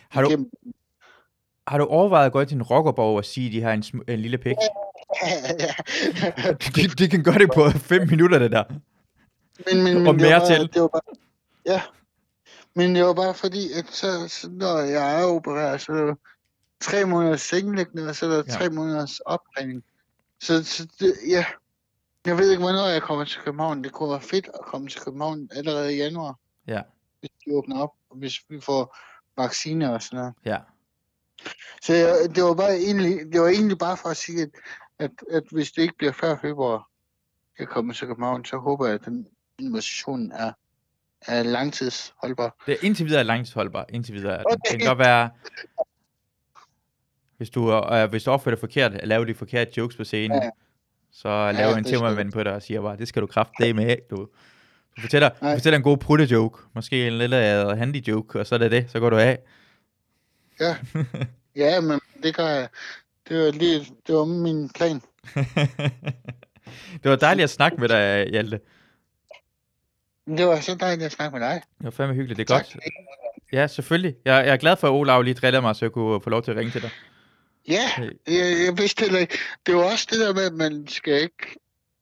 Har du overvejet at gå til en rockerborg og sige, at de har en lille pik? Ja. de kan gøre det på 5 minutter, det der. Men og mere til. Det var bare, ja. Men det var bare fordi, at så når jeg er opereret, så er der 3 måneders sengelæggende, og så er der 3 måneders optræning. Så det, ja. Jeg ved ikke, hvornår jeg kommer til København. Det kunne være fedt at komme til København allerede i januar. Ja. Hvis de åbner op, og hvis vi får vacciner og sådan noget. Ja. Så det var egentlig bare for at sige, at hvis det ikke bliver før februar, jeg kommer til København, så håber jeg, at den invitation er langtidsholdbar. Det er indtil videre langtidsholdbar. Indtil videre er den. Okay. Det kan godt være, hvis du opfører dig forkert, at lave de forkerte jokes på scenen, Ja. så laver en det skal tæmmermand på dig og siger bare, det skal du kraftedeme af, du fortæller en god prutte-joke, måske en lille handy-joke, og så er det, så går du af. Ja. Ja, men det gør jeg. Det var min plan. Det var dejligt at snakke med dig, Hjalte. Det var så dejligt at snakke med dig. Det var fandme hyggeligt, det er Tak. godt. Ja, selvfølgelig. Jeg er glad for, at Olav lige drillede mig, så jeg kunne få lov til at ringe til dig. Ja, jeg vidste heller ikke. Det var også det der med, at man skal ikke...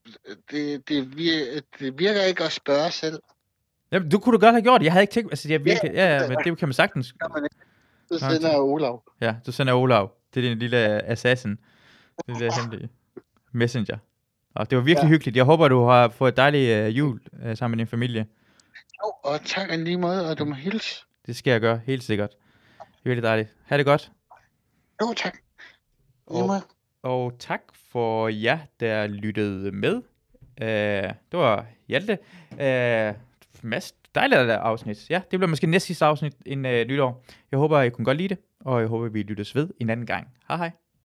Det virker ikke at spørge selv. Jamen, du kunne godt have gjort det. Jeg havde ikke tænkt... Altså, men det kan man sagtens. Så sender jeg Olav. Ja, du sender Olav. Det er din lille assassin. Det lille hemmelige messenger. Og det var virkelig hyggeligt. Jeg håber, du har fået et dejligt jul sammen med din familie. Jo, og tak en lige måde, og du må hilse. Det skal jeg gøre, helt sikkert. Det er virkelig dejligt. Ha' det godt. Jo, tak. Og tak for jer, der lyttede med. Det var Hjalte. Mads, dejligt afsnit. Ja, det bliver måske næste sidste afsnit inden nytår. Jeg håber, I kunne godt lide det, og jeg håber, vi lyttes ved en anden gang. Hej hej.